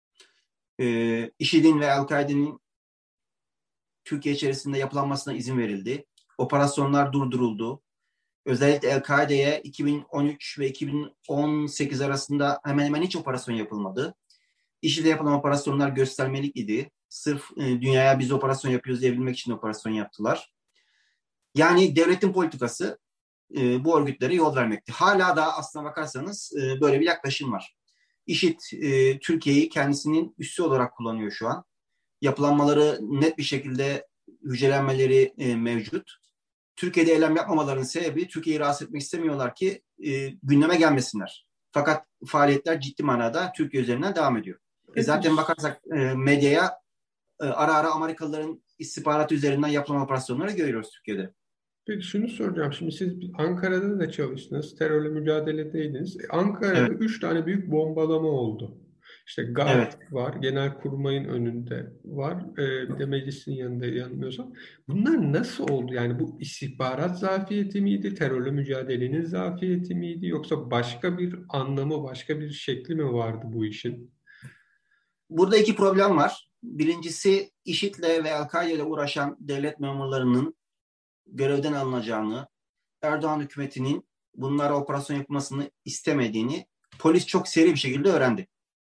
E, IŞİD'in ve El-Kaide'nin Türkiye içerisinde yapılanmasına izin verildi. Operasyonlar durduruldu. Özellikle El-Kaide'ye iki bin on üç ve iki bin on sekiz arasında hemen hemen hiç operasyon yapılmadı. IŞİD'e yapılan operasyonlar göstermelik idi. Sırf e, dünyaya biz operasyon yapıyoruz diyebilmek için operasyon yaptılar. Yani devletin politikası e, bu örgütlere yol vermekti. Hala da aslına bakarsanız e, böyle bir yaklaşım var. IŞİD e, Türkiye'yi kendisinin üssü olarak kullanıyor şu an. Yapılanmaları net bir şekilde hücrelenmeleri e, mevcut. Türkiye'de eylem yapmamalarının sebebi Türkiye'yi rahatsız etmek istemiyorlar ki e, gündeme gelmesinler. Fakat faaliyetler ciddi manada Türkiye üzerinden devam ediyor. E, Peki, zaten bakarsak e, medyaya e, ara ara Amerikalıların istihbaratı üzerinden yapılan operasyonları görüyoruz Türkiye'de. peki şunu soracağım. Şimdi siz Ankara'da da çalıştınız. Terörle mücadeledeydiniz. E, Ankara'da Evet, üç tane büyük bombalama oldu. İşte evet. GARP var. Genelkurmay'ın önünde var. E, bir de meclisin yanında yanılmıyorsam. Bunlar nasıl oldu? Yani bu istihbarat zafiyeti miydi? Terörle mücadelenin zafiyeti miydi? Yoksa başka bir anlamı, başka bir şekli mi vardı bu işin? Burada iki problem var. Birincisi IŞİD'le ve El-Kaide ile uğraşan devlet memurlarının görevden alınacağını, Erdoğan hükümetinin bunlara operasyon yapmasını istemediğini polis çok seri bir şekilde öğrendi.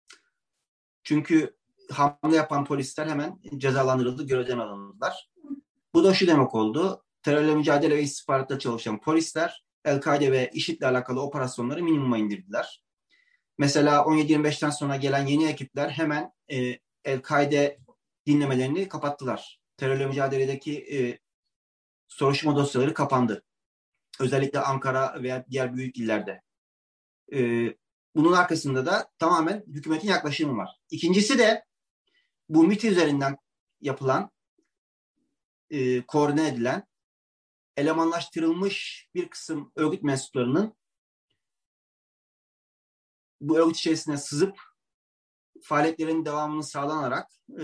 Çünkü hamle yapan polisler hemen cezalandırıldı, görevden alındılar. Bu da şu demek oldu: terörle mücadele ve istihbaratta çalışan polisler El-Kaide ve IŞİD'le alakalı operasyonları minimuma indirdiler. Mesela on yedi yirmi beşten sonra gelen yeni ekipler hemen e, El-Kaide dinlemelerini kapattılar. Terörle mücadeledeki e, soruşturma dosyaları kapandı. Özellikle Ankara veya diğer büyük illerde. E, bunun arkasında da tamamen hükümetin yaklaşımı var. İkincisi de bu MİT üzerinden yapılan, e, koordine edilen, elemanlaştırılmış bir kısım örgüt mensuplarının bu örgüt içerisine sızıp faaliyetlerin devamını sağlanarak e,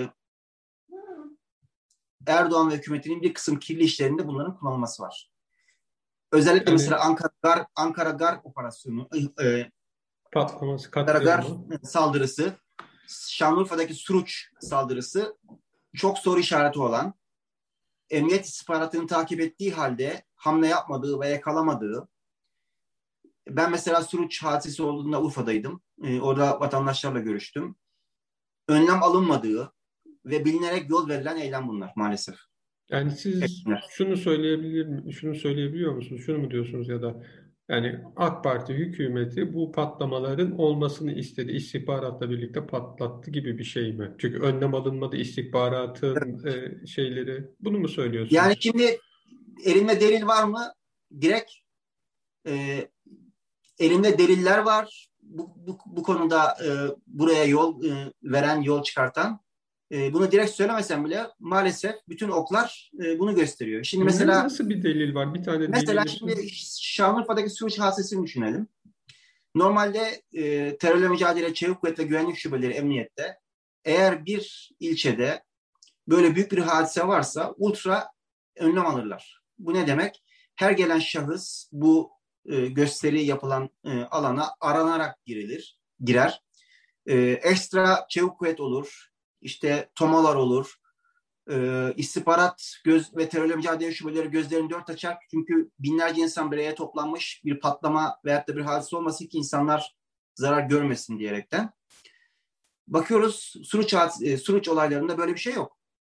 Erdoğan ve hükümetinin bir kısım kirli işlerinde bunların kullanılması var. Özellikle Yani mesela Ankara Gar, Ankara Gar operasyonu, e, patlaması, Ankara Gar katliamı. saldırısı, Şanlıurfa'daki Suruç saldırısı çok soru işareti olan, emniyet istihbaratını takip ettiği halde hamle yapmadığı ve yakalamadığı. Ben mesela Suruç hadisesi olduğunda Urfa'daydım. E, orada vatandaşlarla görüştüm. Önlem alınmadığı ve bilinerek yol verilen eylem bunlar maalesef. Yani siz Eylemler. şunu söyleyebilir, şunu söyleyebiliyor musunuz? Şunu mu diyorsunuz ya da Yani AK Parti hükümeti bu patlamaların olmasını istedi. İstihbaratla birlikte patlattı gibi bir şey mi? Çünkü önlem alınmadı, istihbaratın e, şeyleri. Bunu mu Yani söylüyorsunuz? şimdi elimde delil var mı? Direkt e, elimde deliller var. Bu, bu, bu konuda e, buraya yol e, veren, yol çıkartan. E, bunu direkt söylemesem bile maalesef bütün oklar e, bunu gösteriyor. Şimdi Ne, mesela nasıl bir delil var? Bir tane mesela delili söyle. şimdi Şanlıurfa'daki Suruç hadisesini düşünelim. Normalde e, terörle mücadele çevik kuvvet ve güvenlik şubeleri emniyette eğer bir ilçede böyle büyük bir hadise varsa ultra önlem alırlar. Bu ne demek? Her gelen şahıs bu e, gösteri yapılan e, alana aranarak girilir, girer. E, ekstra çevik kuvvet olur, işte tomalar olur, e, istihbarat göz ve terörle mücadele şubeleri gözlerini dört açar. Çünkü binlerce insan bir araya toplanmış, bir patlama veyahut da bir hadise olmasın ki insanlar zarar görmesin diyerekten. Bakıyoruz Suruç, e, Suruç olaylarında böyle bir şey yok.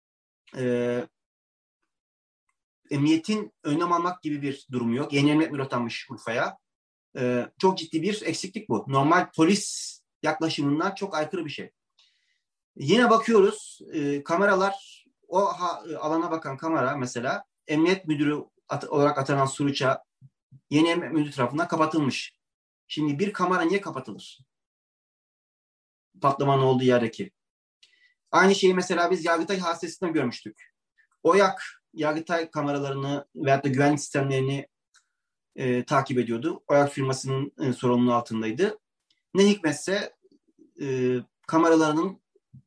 E, Emniyetin önlem almak gibi bir durum yok. Yeni emniyet müdürü atanmış Urfa'ya. E, çok ciddi bir eksiklik bu. Normal polis yaklaşımından çok aykırı bir şey. Yine bakıyoruz e, kameralar, o ha, alana bakan kamera mesela emniyet müdürü at, olarak atanan Suruç'a yeni emniyet müdürü tarafından kapatılmış. Şimdi bir kamera niye kapatılır? Patlamanın olduğu yerdeki. Aynı şeyi mesela biz Yargıtay hadisesinde görmüştük. OYAK Yargıtay kameralarını veyahut da güvenlik sistemlerini e, takip ediyordu. OYAK firmasının e, sorumluluğu altındaydı. Ne hikmetse e, kameralarının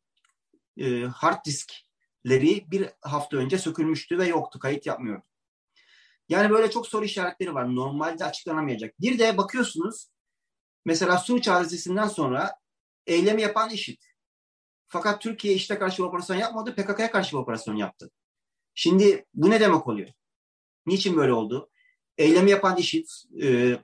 e, hard diskleri bir hafta önce sökülmüştü ve yoktu. Kayıt yapmıyordu. Yani böyle çok soru işaretleri var. Normalde açıklanamayacak. Bir de bakıyorsunuz mesela Suruç hadisesinden sonra eylemi yapan IŞİD. Fakat Türkiye IŞİD'e karşı bir operasyon yapmadı. P K K'ya karşı bir operasyon yaptı. Şimdi bu ne demek oluyor? Niçin böyle oldu? Eylemi yapan IŞİD, e,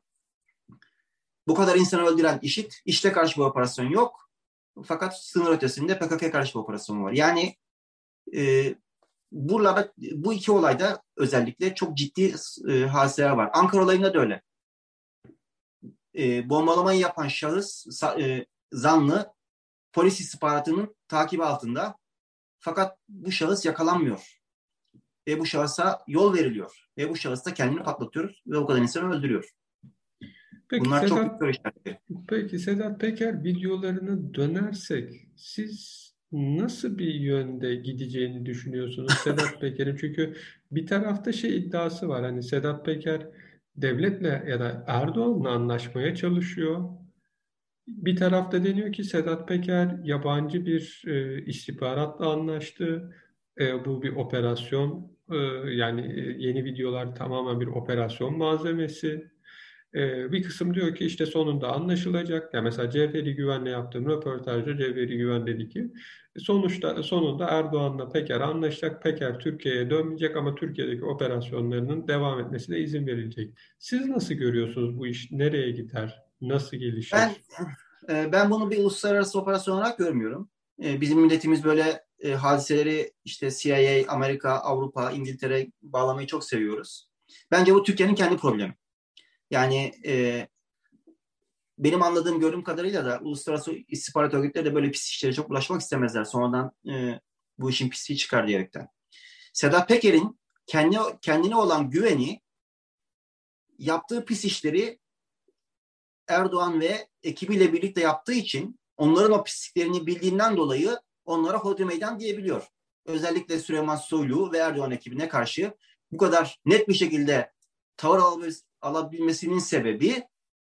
bu kadar insanı öldüren IŞİD, IŞİD'e karşı bir operasyon yok. Fakat sınır ötesinde P K K'ya karşı bir operasyon var. Yani e, buralarda bu iki olayda özellikle çok ciddi e, hadiseler var. Ankara olayında da öyle. E, bombalamayı yapan şahıs, e, zanlı polis istihbaratının takibi altında. Fakat bu şahıs yakalanmıyor. Ve bu şahısa yol veriliyor. Ve bu şahıs da kendini patlatıyor ve o kadar insanı öldürüyor. Peki Bunlar çok büyük Sedat, soru işaretleri. peki Sedat Peker videolarına dönersek siz nasıl bir yönde gideceğini düşünüyorsunuz Sedat Peker'in? Çünkü bir tarafta şey iddiası var. Hani Sedat Peker devletle ya da Erdoğan'la anlaşmaya çalışıyor. Bir tarafta deniyor ki Sedat Peker yabancı bir e, istihbaratla anlaştı. E, bu bir operasyon. E, yani e, yeni videolar tamamen bir operasyon malzemesi. E, bir kısım diyor ki işte sonunda anlaşılacak. Yani mesela Cevheri Güven'le yaptığım röportajda Cevheri Güven dedi ki sonuçta sonunda Erdoğan'la Peker anlaşacak. Peker Türkiye'ye dönmeyecek ama Türkiye'deki operasyonlarının devam etmesine izin verilecek. Siz nasıl görüyorsunuz bu iş? Nereye gider? Nasıl Ben gelişir? e, ben bunu bir uluslararası operasyon olarak görmüyorum. E, bizim milletimiz böyle e, hadiseleri işte C I A, Amerika, Avrupa, İngiltere bağlamayı çok seviyoruz. Bence bu Türkiye'nin kendi problemi. Yani e, benim anladığım, gördüğüm kadarıyla da uluslararası istihbarat örgütleri de böyle pis işlere çok bulaşmak istemezler. Sonradan e, bu işin pisliği çıkar diyerekten. Sedat Peker'in kendi, kendine olan güveni yaptığı pis işleri Erdoğan ve ekibiyle birlikte yaptığı için onların o pisliklerini bildiğinden dolayı onlara hodri meydan diyebiliyor. Özellikle Süleyman Soylu ve Erdoğan ekibine karşı bu kadar net bir şekilde tavır alabilmesinin sebebi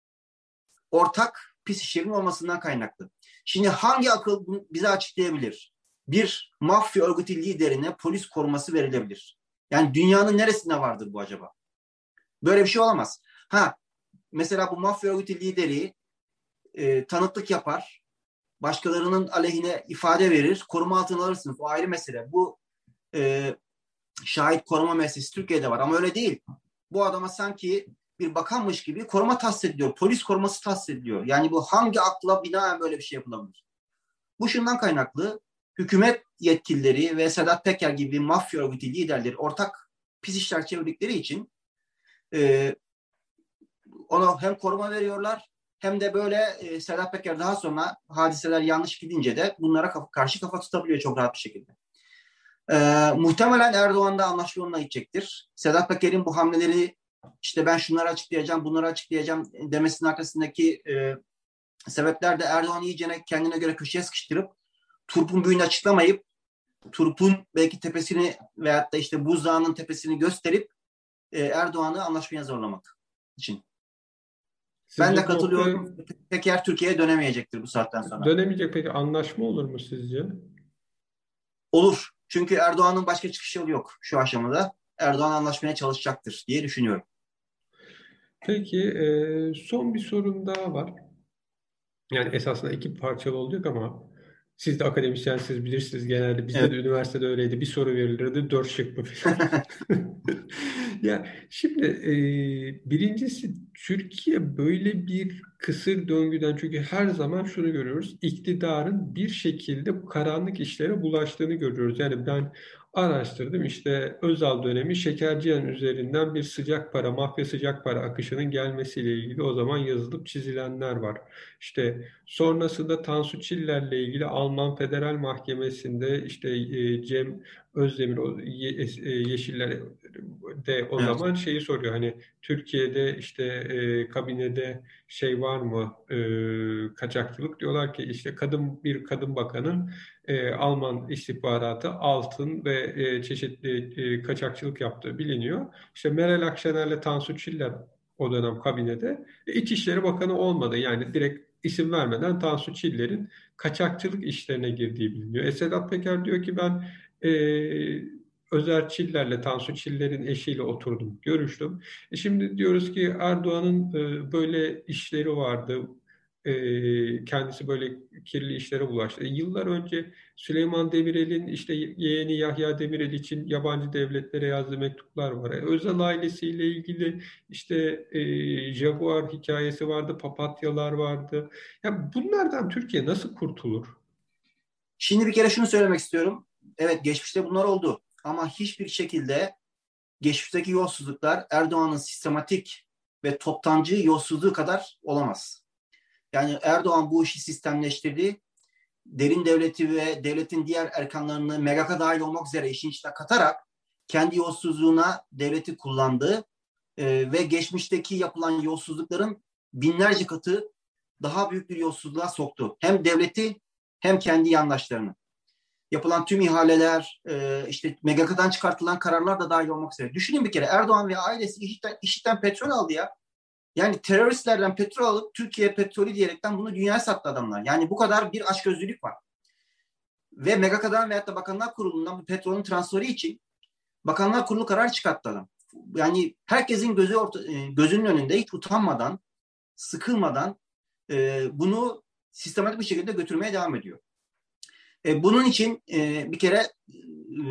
ortak pis işlerin olmasından kaynaklı. Şimdi hangi akıl bize açıklayabilir? Bir mafya örgütü liderine polis koruması verilebilir. Yani dünyanın neresinde vardır bu acaba? Böyle bir şey olamaz. Ha, mesela bu mafya örgütü lideri e, tanıklık yapar, başkalarının aleyhine ifade verir, koruma altına alırsınız. O ayrı mesele. Bu e, şahit koruma meselesi Türkiye'de var ama öyle değil. Bu adama sanki bir bakanmış gibi koruma tahsis ediliyor. Polis koruması tahsis ediliyor. Yani bu hangi akla binaen böyle bir şey yapılabilir? Bu şundan kaynaklı. Hükümet yetkilileri ve Sedat Peker gibi mafya örgütü liderleri ortak pis işler çevirdikleri için e, ona hem koruma veriyorlar hem de böyle e, Sedat Peker daha sonra hadiseler yanlış gidince de bunlara kafa, karşı kafa tutabiliyor çok rahat bir şekilde. E, muhtemelen Erdoğan da anlaşma yoluna gidecektir. Sedat Peker'in bu hamleleri işte ben şunları açıklayacağım, bunları açıklayacağım demesinin arkasındaki e, sebepler de Erdoğan'ı iyice kendine göre köşeye sıkıştırıp turpun büyüğünü açıklamayıp turpun belki tepesini veyahut da işte buzdağının tepesini gösterip e, Erdoğan'ı anlaşmaya zorlamak için. Sizce Ben de katılıyorum. nokta... Peker Türkiye'ye dönemeyecektir bu saatten sonra. Dönemeyecek, peki anlaşma olur mu sizce? Olur. Çünkü Erdoğan'ın başka çıkış yolu yok şu aşamada. Erdoğan anlaşmaya çalışacaktır diye düşünüyorum. Peki e, son bir sorum daha var. Yani esasında iki parçalı olacak ama siz de akademisyensiniz, bilirsiniz, genelde bizde Evet. de üniversitede öyleydi. Bir soru verilirdi, dört şıklı falan. Ya şimdi e, birincisi, Türkiye böyle bir kısır döngüden, çünkü her zaman şunu görüyoruz: iktidarın bir şekilde bu karanlık işlere bulaştığını görüyoruz. Yani ben araştırdım, işte Özal dönemi Şekercihan üzerinden bir sıcak para, mafya sıcak para akışının gelmesiyle ilgili o zaman yazılıp çizilenler var. İşte sonrasında Tansu Çiller'le ilgili Alman Federal Mahkemesi'nde işte e, Cem Özdemir o, ye, e, Yeşiller de o Evet. zaman şeyi soruyor, hani Türkiye'de işte e, kabinede şey var mı, e, kaçakçılık, diyorlar ki işte kadın bir kadın bakanın e, Alman istihbaratı altın ve e, çeşitli e, kaçakçılık yaptığı biliniyor. İşte Meral Akşener'le Tansu Çiller o dönem kabinede, e, İçişleri Bakanı olmadı. Yani direkt isim vermeden Tansu Çiller'in kaçakçılık işlerine girdiği biliniyor. E, Sedat Peker diyor ki ben e, Özer Çiller'le, Tansu Çiller'in eşiyle oturdum, görüştüm. E şimdi diyoruz ki Erdoğan'ın e, böyle işleri vardı. E, kendisi böyle kirli işlere bulaştı. E, yıllar önce Süleyman Demirel'in işte yeğeni Yahya Demirel için yabancı devletlere yazdığı mektuplar var. E, Özal ailesiyle ilgili işte e, Jaguar hikayesi vardı, papatyalar vardı. Ya bunlardan Türkiye nasıl kurtulur? Şimdi bir kere şunu söylemek istiyorum. Evet, geçmişte bunlar oldu. Ama hiçbir şekilde geçmişteki yolsuzluklar Erdoğan'ın sistematik ve toptancı yolsuzluğu kadar olamaz. Yani Erdoğan bu işi sistemleştirdi. Derin devleti ve devletin diğer erkanlarını M G K dahil olmak üzere işin içine katarak kendi yolsuzluğuna devleti kullandı. Ee, ve geçmişteki yapılan yolsuzlukların binlerce katı daha büyük bir yolsuzluğa soktu. Hem devleti hem kendi yandaşlarını. Yapılan tüm ihaleler, e, işte M G K'dan çıkartılan kararlar da dahil olmak üzere. Düşünün bir kere, Erdoğan ve ailesi IŞİD'den, IŞİD'den petrol aldı ya. Yani teröristlerden petrol alıp Türkiye petrolü diyerekten bunu dünyaya sattı adamlar. Yani bu kadar bir açgözlülük var. Ve M G K'dan veyahut da Bakanlar Kurulu'ndan bu petrolün transferi için Bakanlar Kurulu karar çıkarttı adam. Yani herkesin gözü orta, gözünün önünde hiç utanmadan, sıkılmadan e, bunu sistematik bir şekilde götürmeye devam ediyor. E, bunun için e, bir kere e,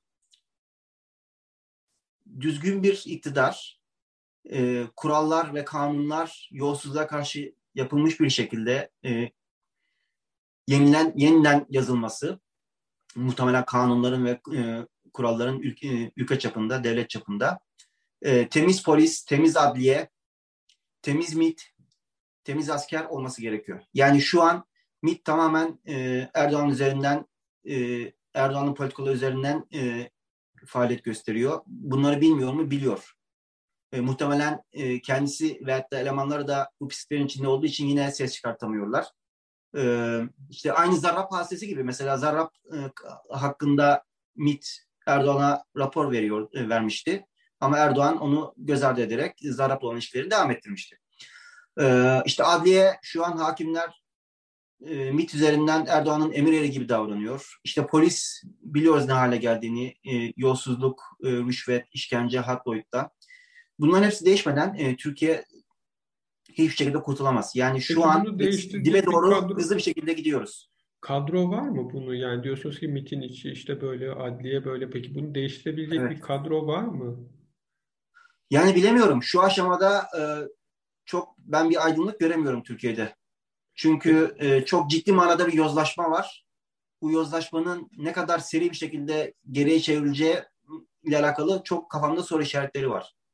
düzgün bir iktidar, e, kurallar ve kanunlar yolsuzluğa karşı yapılmış bir şekilde e, yeniden yeniden yazılması, muhtemelen kanunların ve e, kuralların ülke, ülke çapında, devlet çapında, e, temiz polis, temiz adliye, temiz MİT, temiz asker olması gerekiyor. Yani şu an MİT tamamen e, Erdoğan üzerinden, e, Erdoğan'ın politikaları üzerinden e, faaliyet gösteriyor. Bunları bilmiyor mu? Biliyor. E, muhtemelen e, kendisi veyahut da elemanları da bu pisliklerin içinde olduğu için yine ses çıkartamıyorlar. E, işte aynı Zarrab hadisesi gibi. Mesela Zarrab e, hakkında MİT Erdoğan'a rapor veriyor, e, vermişti. Ama Erdoğan onu göz ardı ederek Zarrab'la olan ilişkileri devam ettirmişti. E, işte adliye şu an hakimler e, MİT üzerinden Erdoğan'ın emirleri gibi davranıyor. İşte polis biliyoruz ne hale geldiğini, e, yolsuzluk, e, rüşvet, işkence had boyutta. Bunların hepsi değişmeden e, Türkiye hiçbir şekilde kurtulamaz. Yani şu Peki an bunu dibe değiştirecek bir doğru kadro hızlı bir şekilde gidiyoruz. kadro var mı bunu? Yani diyorsunuz ki MİT'in içi işte böyle, adliye böyle. Peki bunu değiştirebilecek Evet. bir kadro var mı? Yani bilemiyorum. Şu aşamada e, çok ben bir aydınlık göremiyorum Türkiye'de. Çünkü e, çok ciddi manada bir yozlaşma var. Bu yozlaşmanın ne kadar seri bir şekilde geriye çevrileceği ile alakalı çok kafamda soru işaretleri var.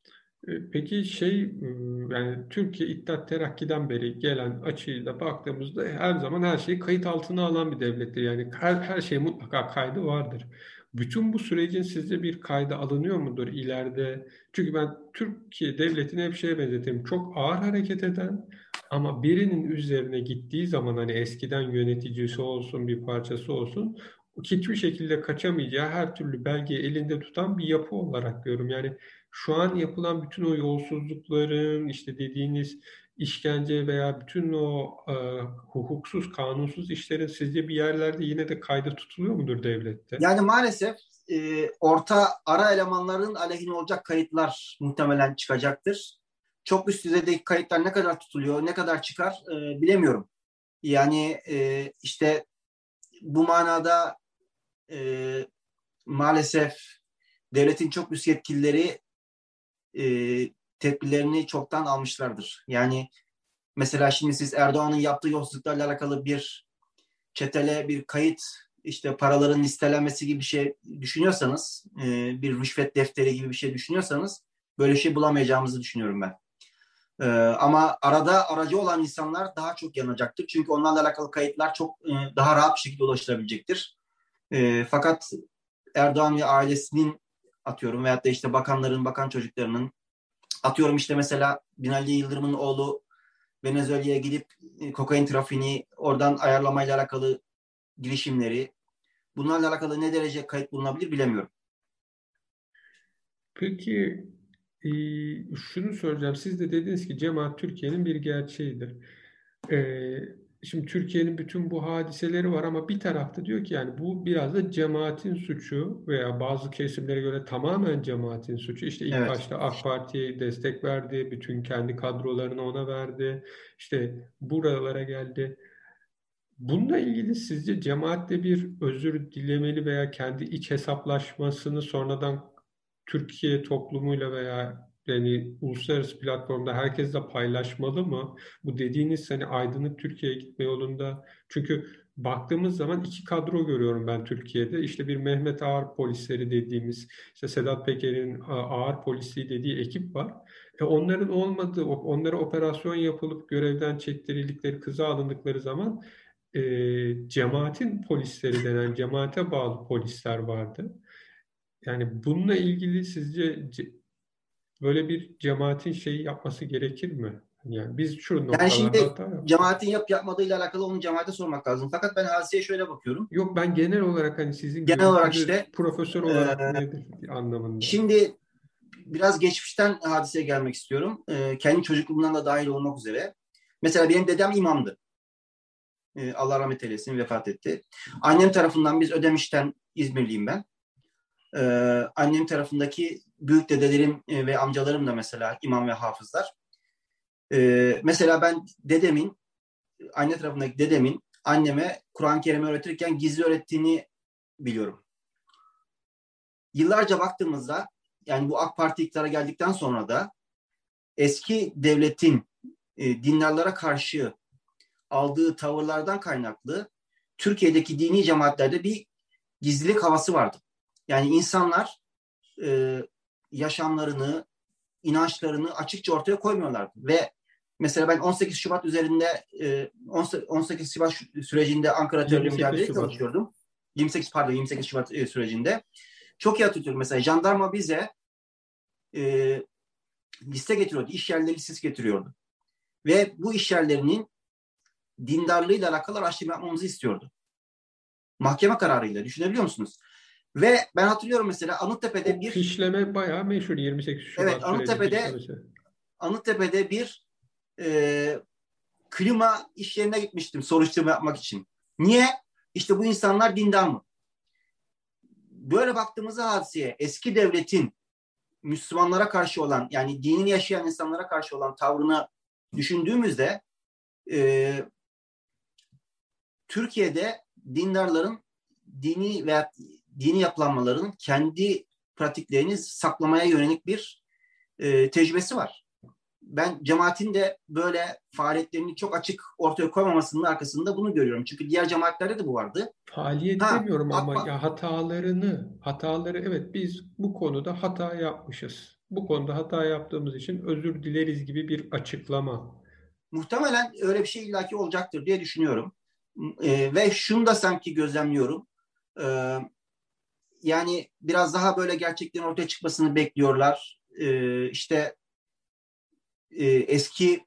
E, Peki şey e, yani Türkiye İttihat Terakki'den beri gelen açıyla baktığımızda her zaman her şeyi kayıt altına alan bir devlettir. Yani her, her şey mutlaka kaydı vardır. Bütün bu sürecin sizce bir kayda alınıyor mudur ileride? Çünkü ben Türkiye devletini hep şeye benzetirim. Çok ağır hareket eden ama birinin üzerine gittiği zaman hani eskiden yöneticisi olsun bir parçası olsun hiçbir şekilde kaçamayacağı her türlü belgeyi elinde tutan bir yapı olarak görüyorum. Yani şu an yapılan bütün o yolsuzlukların, işte dediğiniz işkence veya bütün o e, hukuksuz, kanunsuz işlerin sizce bir yerlerde yine de kayda tutuluyor mudur devlette? Yani maalesef e, orta ara elemanların aleyhine olacak kayıtlar muhtemelen çıkacaktır. Çok üst düzeydeki kayıtlar ne kadar tutuluyor, ne kadar çıkar e, bilemiyorum. Yani e, işte bu manada e, maalesef devletin çok üst yetkilileri e, tedbirlerini çoktan almışlardır. Yani mesela şimdi siz Erdoğan'ın yaptığı yolsuzluklarla alakalı bir çetele bir kayıt, işte paraların listelenmesi gibi bir şey düşünüyorsanız, e, bir rüşvet defteri gibi bir şey düşünüyorsanız böyle bir şey bulamayacağımızı düşünüyorum ben. E, ama arada aracı olan insanlar daha çok yanacaktır. Çünkü onlarla alakalı kayıtlar çok e, daha rahat bir şekilde ulaşılabilecektir. E, fakat Erdoğan ve ailesinin atıyorum veyahut da işte bakanların, bakan çocuklarının atıyorum işte mesela Binali Yıldırım'ın oğlu Venezuela'ya gidip e, kokain trafiğini oradan ayarlamayla alakalı girişimleri, bunlarla alakalı ne derece kayıt bulunabilir bilemiyorum. Peki e, şunu soracağım. Siz de dediniz ki cemaat Türkiye'nin bir gerçeğidir. E, Şimdi Türkiye'nin bütün bu hadiseleri var ama bir tarafta diyor ki yani bu biraz da cemaatin suçu veya bazı kesimlere göre tamamen cemaatin suçu. İşte ilk Evet. başta AK Parti'ye destek verdi, bütün kendi kadrolarını ona verdi. İşte buralara geldi. Bununla ilgili sizce cemaatle bir özür dilemeli veya kendi iç hesaplaşmasını sonradan Türkiye toplumuyla veya yani uluslararası platformda herkesle paylaşmalı mı? Bu dediğiniz hani aydınlık Türkiye'ye gitme yolunda. Çünkü baktığımız zaman iki kadro görüyorum ben Türkiye'de. İşte bir Mehmet Ağar polisleri dediğimiz, işte Sedat Peker'in ağır polisi dediği ekip var. E onların olmadığı, onlara operasyon yapılıp görevden çektirildikleri, kıza alındıkları zaman e, cemaatin polisleri denen cemaate bağlı polisler vardı. Yani bununla ilgili sizce ce- böyle bir cemaatin şeyi yapması gerekir mi? Yani biz şu Yani noktalarda şimdi hata yaptık. cemaatin yap yapmadığıyla alakalı onu cemaate sormak lazım. Fakat ben hadiseye şöyle bakıyorum. Yok ben genel olarak hani sizin Genel olarak görüşünüz işte profesör e, olarak nedir anlamında. şimdi biraz geçmişten hadiseye gelmek istiyorum. E, kendi çocukluğumdan da dahil olmak üzere. Mesela benim dedem imamdı. E, Allah rahmet eylesin, vefat etti. Annem tarafından biz Ödemiş'ten, İzmirliyim ben. E, annem tarafındaki büyük dedelerim e, ve amcalarım da mesela imam ve hafızlar. E, mesela ben dedemin, anne tarafındaki dedemin anneme Kur'an-ı Kerim öğretirken gizli öğrettiğini biliyorum. Yıllarca baktığımızda yani bu AK Parti iktidara geldikten sonra da eski devletin e, dindarlara karşı aldığı tavırlardan kaynaklı Türkiye'deki dini cemaatlerde bir gizlilik havası vardı. Yani insanlar e, yaşamlarını, inançlarını açıkça ortaya koymuyorlardı. Ve mesela ben on sekiz Şubat üzerinde e, on sekiz Şubat sürecinde Ankara terörle yirmi sekiz mücadele Şubat. çalışıyordum. yirmi sekiz pardon yirmi sekiz Şubat e, sürecinde. Çok iyi hatırlıyorum. Mesela jandarma bize e, liste getiriyordu. İş yerleri listesi getiriyordu. Ve bu iş yerlerinin dindarlığıyla alakalı araştırma yapmamızı istiyordu. Mahkeme kararıyla. Düşünebiliyor musunuz? Ve ben hatırlıyorum mesela Anıttepe'de O bir fişleme bayağı meşhur yirmi sekiz evet Şubat süreci Anıttepe'de fişlemesi. Anıttepe'de bir e, klima iş yerine gitmiştim soruşturma yapmak için. Niye? İşte bu insanlar dindar mı? Böyle baktığımızda hadiseye eski devletin Müslümanlara karşı olan yani dinini yaşayan insanlara karşı olan tavrını düşündüğümüzde e, Türkiye'de dindarların dini veya dini yapılanmaların kendi pratiklerini saklamaya yönelik bir e, tecrübesi var. Ben cemaatin de böyle faaliyetlerini çok açık ortaya koymamasının arkasında bunu görüyorum. Çünkü diğer cemaatlerde de bu vardı. Faaliyet Ha, demiyorum ama Akba, ya hatalarını, hataları evet biz bu konuda hata yapmışız. bu konuda hata yaptığımız için özür dileriz gibi bir açıklama. Muhtemelen öyle bir şey illaki olacaktır diye düşünüyorum. E, ve şunu da sanki gözlemliyorum. E, yani biraz daha böyle gerçeklerin ortaya çıkmasını bekliyorlar. E, işte e, eski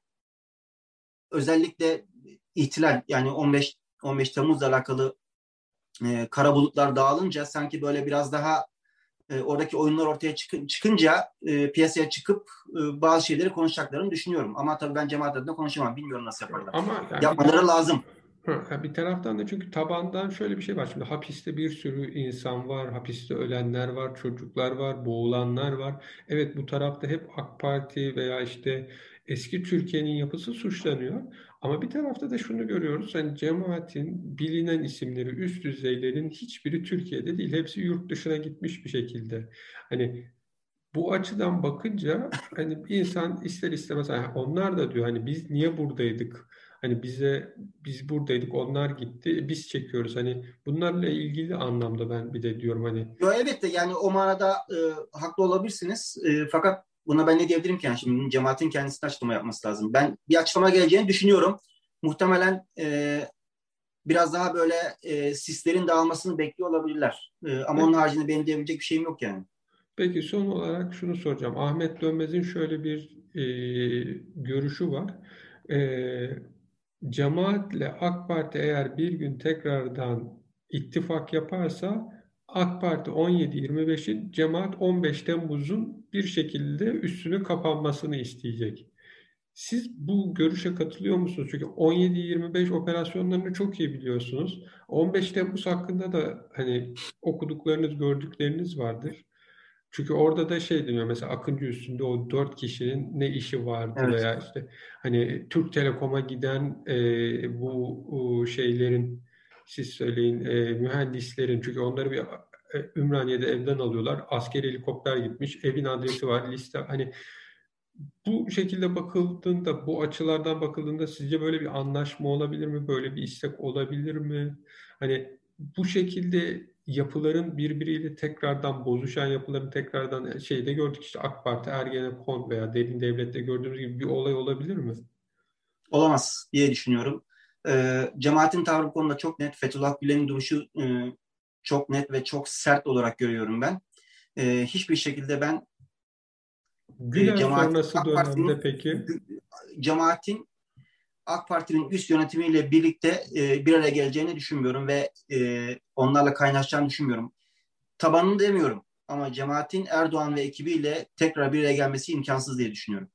özellikle ihtilal, yani on beş on beş Temmuz'la alakalı e, kara bulutlar dağılınca sanki böyle biraz daha e, oradaki oyunlar ortaya çıkın, çıkınca e, piyasaya çıkıp e, bazı şeyleri konuşacaklarını düşünüyorum. Ama tabii ben cemaat adına konuşamam. Bilmiyorum nasıl yaparlar. Ama yani bir Yapmaları taraf, lazım. ha, bir taraftan da çünkü tabandan şöyle bir şey var. Şimdi hapiste bir sürü insan var, hapiste ölenler var, çocuklar var, boğulanlar var. Evet, bu tarafta hep AK Parti veya işte eski Türkiye'nin yapısı suçlanıyor. Ama bir tarafta da şunu görüyoruz. Hani cemaatin bilinen isimleri, üst düzeylerin hiçbiri Türkiye'de değil. Hepsi yurt dışına gitmiş bir şekilde. Hani bu açıdan bakınca hani insan ister istemez hani onlar da diyor hani biz niye buradaydık? Hani bize biz buradaydık onlar gitti biz çekiyoruz. Hani bunlarla ilgili anlamda ben bir de diyorum hani Yo, elbette yani o manada e, haklı olabilirsiniz. E, fakat buna ben ne diyebilirim ki? Yani şimdi cemaatin kendisine açıklama yapması lazım. Ben bir açıklama geleceğini düşünüyorum. Muhtemelen e, biraz daha böyle e, sislerin dağılmasını bekliyor olabilirler. E, ama onun peki, haricinde benim diyebilecek bir şeyim yok yani. peki son olarak şunu soracağım. Ahmet Dönmez'in şöyle bir e, görüşü var. E, Cemaatle AK Parti eğer bir gün tekrardan ittifak yaparsa AK Parti on yedi yirmi beşin cemaat on beş Temmuz'un bir şekilde üstünü kapanmasını isteyecek. Siz bu görüşe katılıyor musunuz? Çünkü on yedi yirmi beş operasyonlarını çok iyi biliyorsunuz. on beş Temmuz hakkında da hani okuduklarınız, gördükleriniz vardır. Çünkü orada da şey deniyor mesela Akıncı üstünde o dört kişinin ne işi vardı Evet. veya işte hani Türk Telekom'a giden e, bu o şeylerin siz söyleyin e, mühendislerin çünkü onları bir e, Ümraniye'de evden alıyorlar. Askeri helikopter gitmiş. Evin adresi var. Liste hani bu şekilde bakıldığında, bu açılardan bakıldığında sizce böyle bir anlaşma olabilir mi? Böyle bir istek olabilir mi? Hani bu şekilde yapıların birbiriyle tekrardan bozuşan yapıların tekrardan şeyde gördük işte AK Parti, Ergenekon veya Derin Devlet'te gördüğümüz gibi bir olay olabilir mi? Olamaz diye düşünüyorum. E, cemaatin tavrı bu konuda çok net. Fethullah Gülen'in duruşu e, çok net ve çok sert olarak görüyorum ben. E, hiçbir şekilde ben e, Gülen cemaatin sonrası AK Parti'nin dönemde peki cemaatin AK Parti'nin üst yönetimiyle birlikte e, bir araya geleceğini düşünmüyorum ve e, onlarla kaynaşacağını düşünmüyorum. Tabanını demiyorum ama cemaatin Erdoğan ve ekibiyle tekrar bir araya gelmesi imkansız diye düşünüyorum.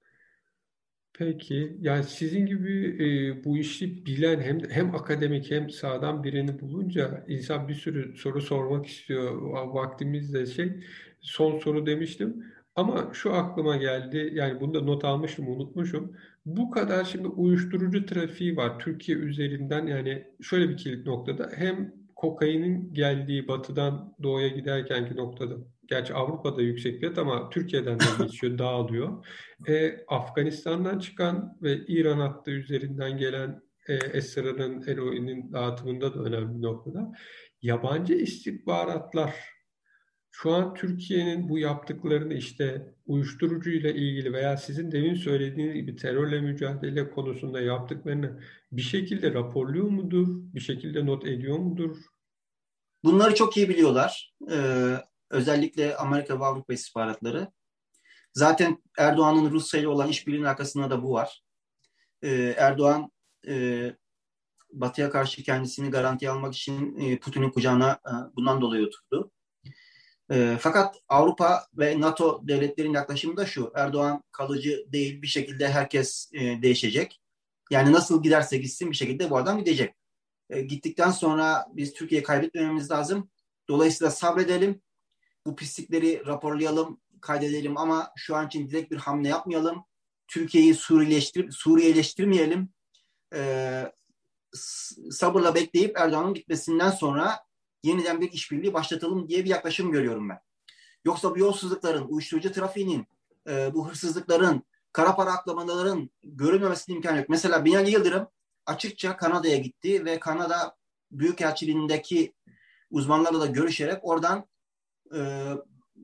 Peki, yani sizin gibi e, bu işi bilen hem hem akademik hem sahadan birini bulunca insan bir sürü soru sormak istiyor. Va- Vaktimiz de şey, son soru demiştim. Ama şu aklıma geldi, yani bunu da not almışım, unutmuşum. Bu kadar şimdi uyuşturucu trafiği var Türkiye üzerinden yani şöyle bir kilit noktada hem kokainin geldiği batıdan doğuya giderkenki noktada. Gerçi Avrupa'da yüksek fiyat ama Türkiye'den de geçiyor, dağılıyor. E, Afganistan'dan çıkan ve İran hattı üzerinden gelen e, esrarın, eroinin dağıtımında da önemli bir noktada. Yabancı istihbaratlar şu an Türkiye'nin bu yaptıklarını işte uyuşturucuyla ilgili veya sizin demin söylediğiniz gibi terörle mücadele konusunda yaptıklarını bir şekilde raporluyor mudur? Bir şekilde not ediyor mudur? Bunları çok iyi biliyorlar. Ee, özellikle Amerika ve Avrupa istihbaratları. Zaten Erdoğan'ın Rusya ile olan işbirliğinin arkasında da bu var. Ee, Erdoğan e, Batı'ya karşı kendisini garantiye almak için e, Putin'in kucağına e, bundan dolayı oturdu. E, fakat Avrupa ve NATO devletlerin yaklaşımı da şu. Erdoğan kalıcı değil, bir şekilde herkes e, değişecek. Yani nasıl giderse gitsin bir şekilde bu adam gidecek. E, gittikten sonra biz Türkiye'yi kaybetmememiz lazım. Dolayısıyla sabredelim. Bu pislikleri raporlayalım, kaydedelim ama şu an için direkt bir hamle yapmayalım. Türkiye'yi Suriyeleştir Suriyeleştirmeyelim. E, sabırla bekleyip Erdoğan'ın gitmesinden sonra yeniden bir işbirliği başlatalım diye bir yaklaşım görüyorum ben. Yoksa bu yolsuzlukların, uyuşturucu trafiğinin, e, bu hırsızlıkların, kara para aklamaların görülmemesinin imkanı yok. Mesela Binali Yıldırım açıkça Kanada'ya gitti ve Kanada Büyükelçiliğindeki uzmanlarla da görüşerek oradan e,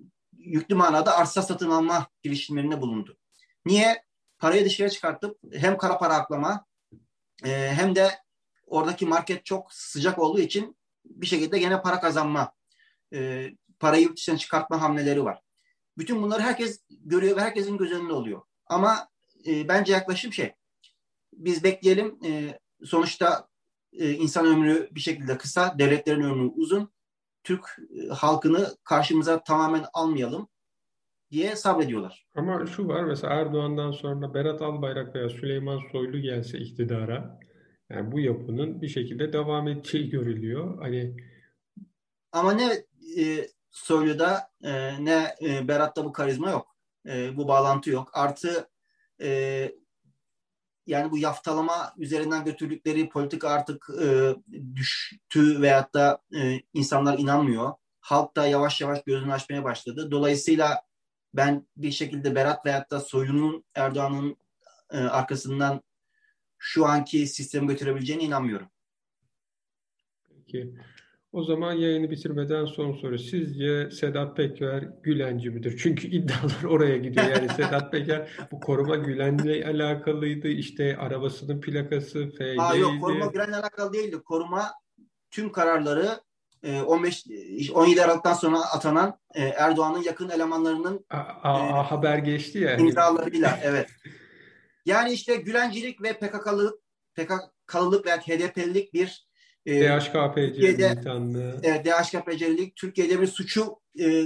yüklü manada arsa satın alma girişimlerinde bulundu. Niye? Parayı dışarı çıkartıp hem kara para aklama e, hem de oradaki market çok sıcak olduğu için bir şekilde gene para kazanma, e, parayı yurt dışına çıkartma hamleleri var. Bütün bunları herkes görüyor ve herkesin göz önünde oluyor. Ama e, bence yaklaşım şey, biz bekleyelim, e, sonuçta e, insan ömrü bir şekilde kısa, devletlerin ömrü uzun. Türk e, halkını karşımıza tamamen almayalım diye sabrediyorlar. Ama şu var, mesela Erdoğan'dan sonra Berat Albayrak veya Süleyman Soylu gelse iktidara, yani bu yapının bir şekilde devam edeceği görülüyor. Hani ama ne e, Soylu'da e, ne e, Berat'ta bu karizma yok. E, bu bağlantı yok. Artı e, yani bu yaftalama üzerinden götürdükleri politika artık e, düştü veyahut da e, insanlar inanmıyor. Halk da yavaş yavaş gözünü açmaya başladı. Dolayısıyla ben bir şekilde Berat veyahut da Soylu'nun Erdoğan'ın e, arkasından şu anki sistemi götürebileceğine inanmıyorum. peki. O zaman yayını bitirmeden son soru. Sizce Sedat Peker Gülenci midir? Çünkü iddialar oraya gidiyor. Yani Sedat Peker bu koruma Gülen'le alakalıydı. İşte arabasının plakası Aa, yok, koruma F'deydi. Gülen'le alakalı değildi. Koruma tüm kararları e, on beş on yedi Aralık'tan sonra atanan e, Erdoğan'ın yakın elemanlarının A, a, e, a, haber geçti yani. imzalarıyla, evet. Yani işte Gülencilik ve P K K'lılık, P K K'lılık veya H D P'lilik bir e, D H K P C Türkiye'de militanlığı. e, D H K P C'lilik Türkiye'de bir suçu e,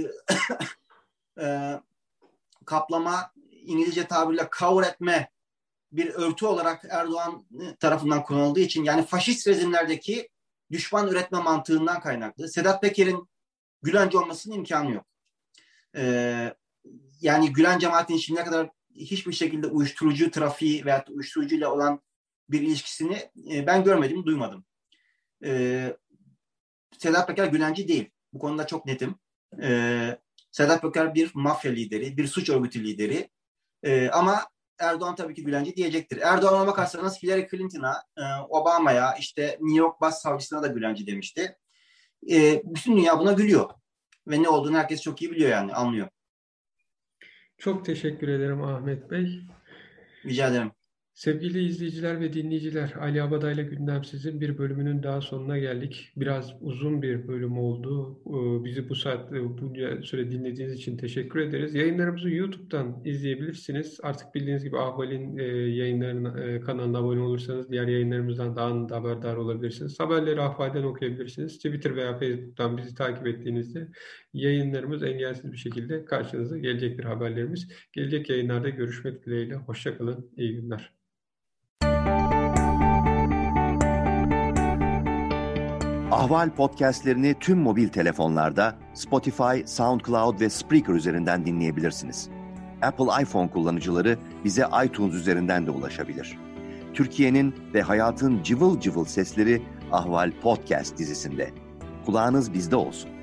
e, kaplama, İngilizce tabirle cover etme bir örtü olarak Erdoğan tarafından kullanıldığı için, yani faşist rejimlerdeki düşman üretme mantığından kaynaklı. Sedat Peker'in Gülenci olmasının imkanı yok. Ee, yani Gülen cemaatinin şimdiye kadar hiçbir şekilde uyuşturucu trafiği veya uyuşturucuyla olan bir ilişkisini e, ben görmedim, duymadım. Ee, Sedat Peker Gülenci değil. Bu konuda çok netim. Ee, Sedat Peker bir mafya lideri, bir suç örgütü lideri. Ee, ama Erdoğan tabii ki Gülenci diyecektir. Erdoğan'a bakarsanız Hillary Clinton'a, Obama'ya, işte New York Başsavcısına da Gülenci demişti. Ee, bütün dünya buna gülüyor. Ve ne olduğunu herkes çok iyi biliyor, yani anlıyor. Çok teşekkür ederim Ahmet Bey. Rica ederim. Sevgili izleyiciler ve dinleyiciler, Ali Abaday'la Gündemsiz'in bir bölümünün daha sonuna geldik. Biraz uzun bir bölüm oldu. Ee, Bizi bu saat, bu süre dinlediğiniz için teşekkür ederiz. Yayınlarımızı YouTube'dan izleyebilirsiniz. Artık bildiğiniz gibi Ahval'in e, yayınlarına, e, kanalına abone olursanız diğer yayınlarımızdan daha anında haberdar olabilirsiniz. Haberleri Ahval'den okuyabilirsiniz. Twitter veya Facebook'tan bizi takip ettiğinizde yayınlarımız engelsiz bir şekilde karşınıza gelecektir, haberlerimiz. Gelecek yayınlarda görüşmek dileğiyle. Hoşça kalın, iyi günler. Ahval podcastlerini tüm mobil telefonlarda Spotify, SoundCloud ve Spreaker üzerinden dinleyebilirsiniz. Apple iPhone kullanıcıları bize iTunes üzerinden de ulaşabilir. Türkiye'nin ve hayatın cıvıl cıvıl sesleri Ahval Podcast dizisinde. Kulağınız bizde olsun.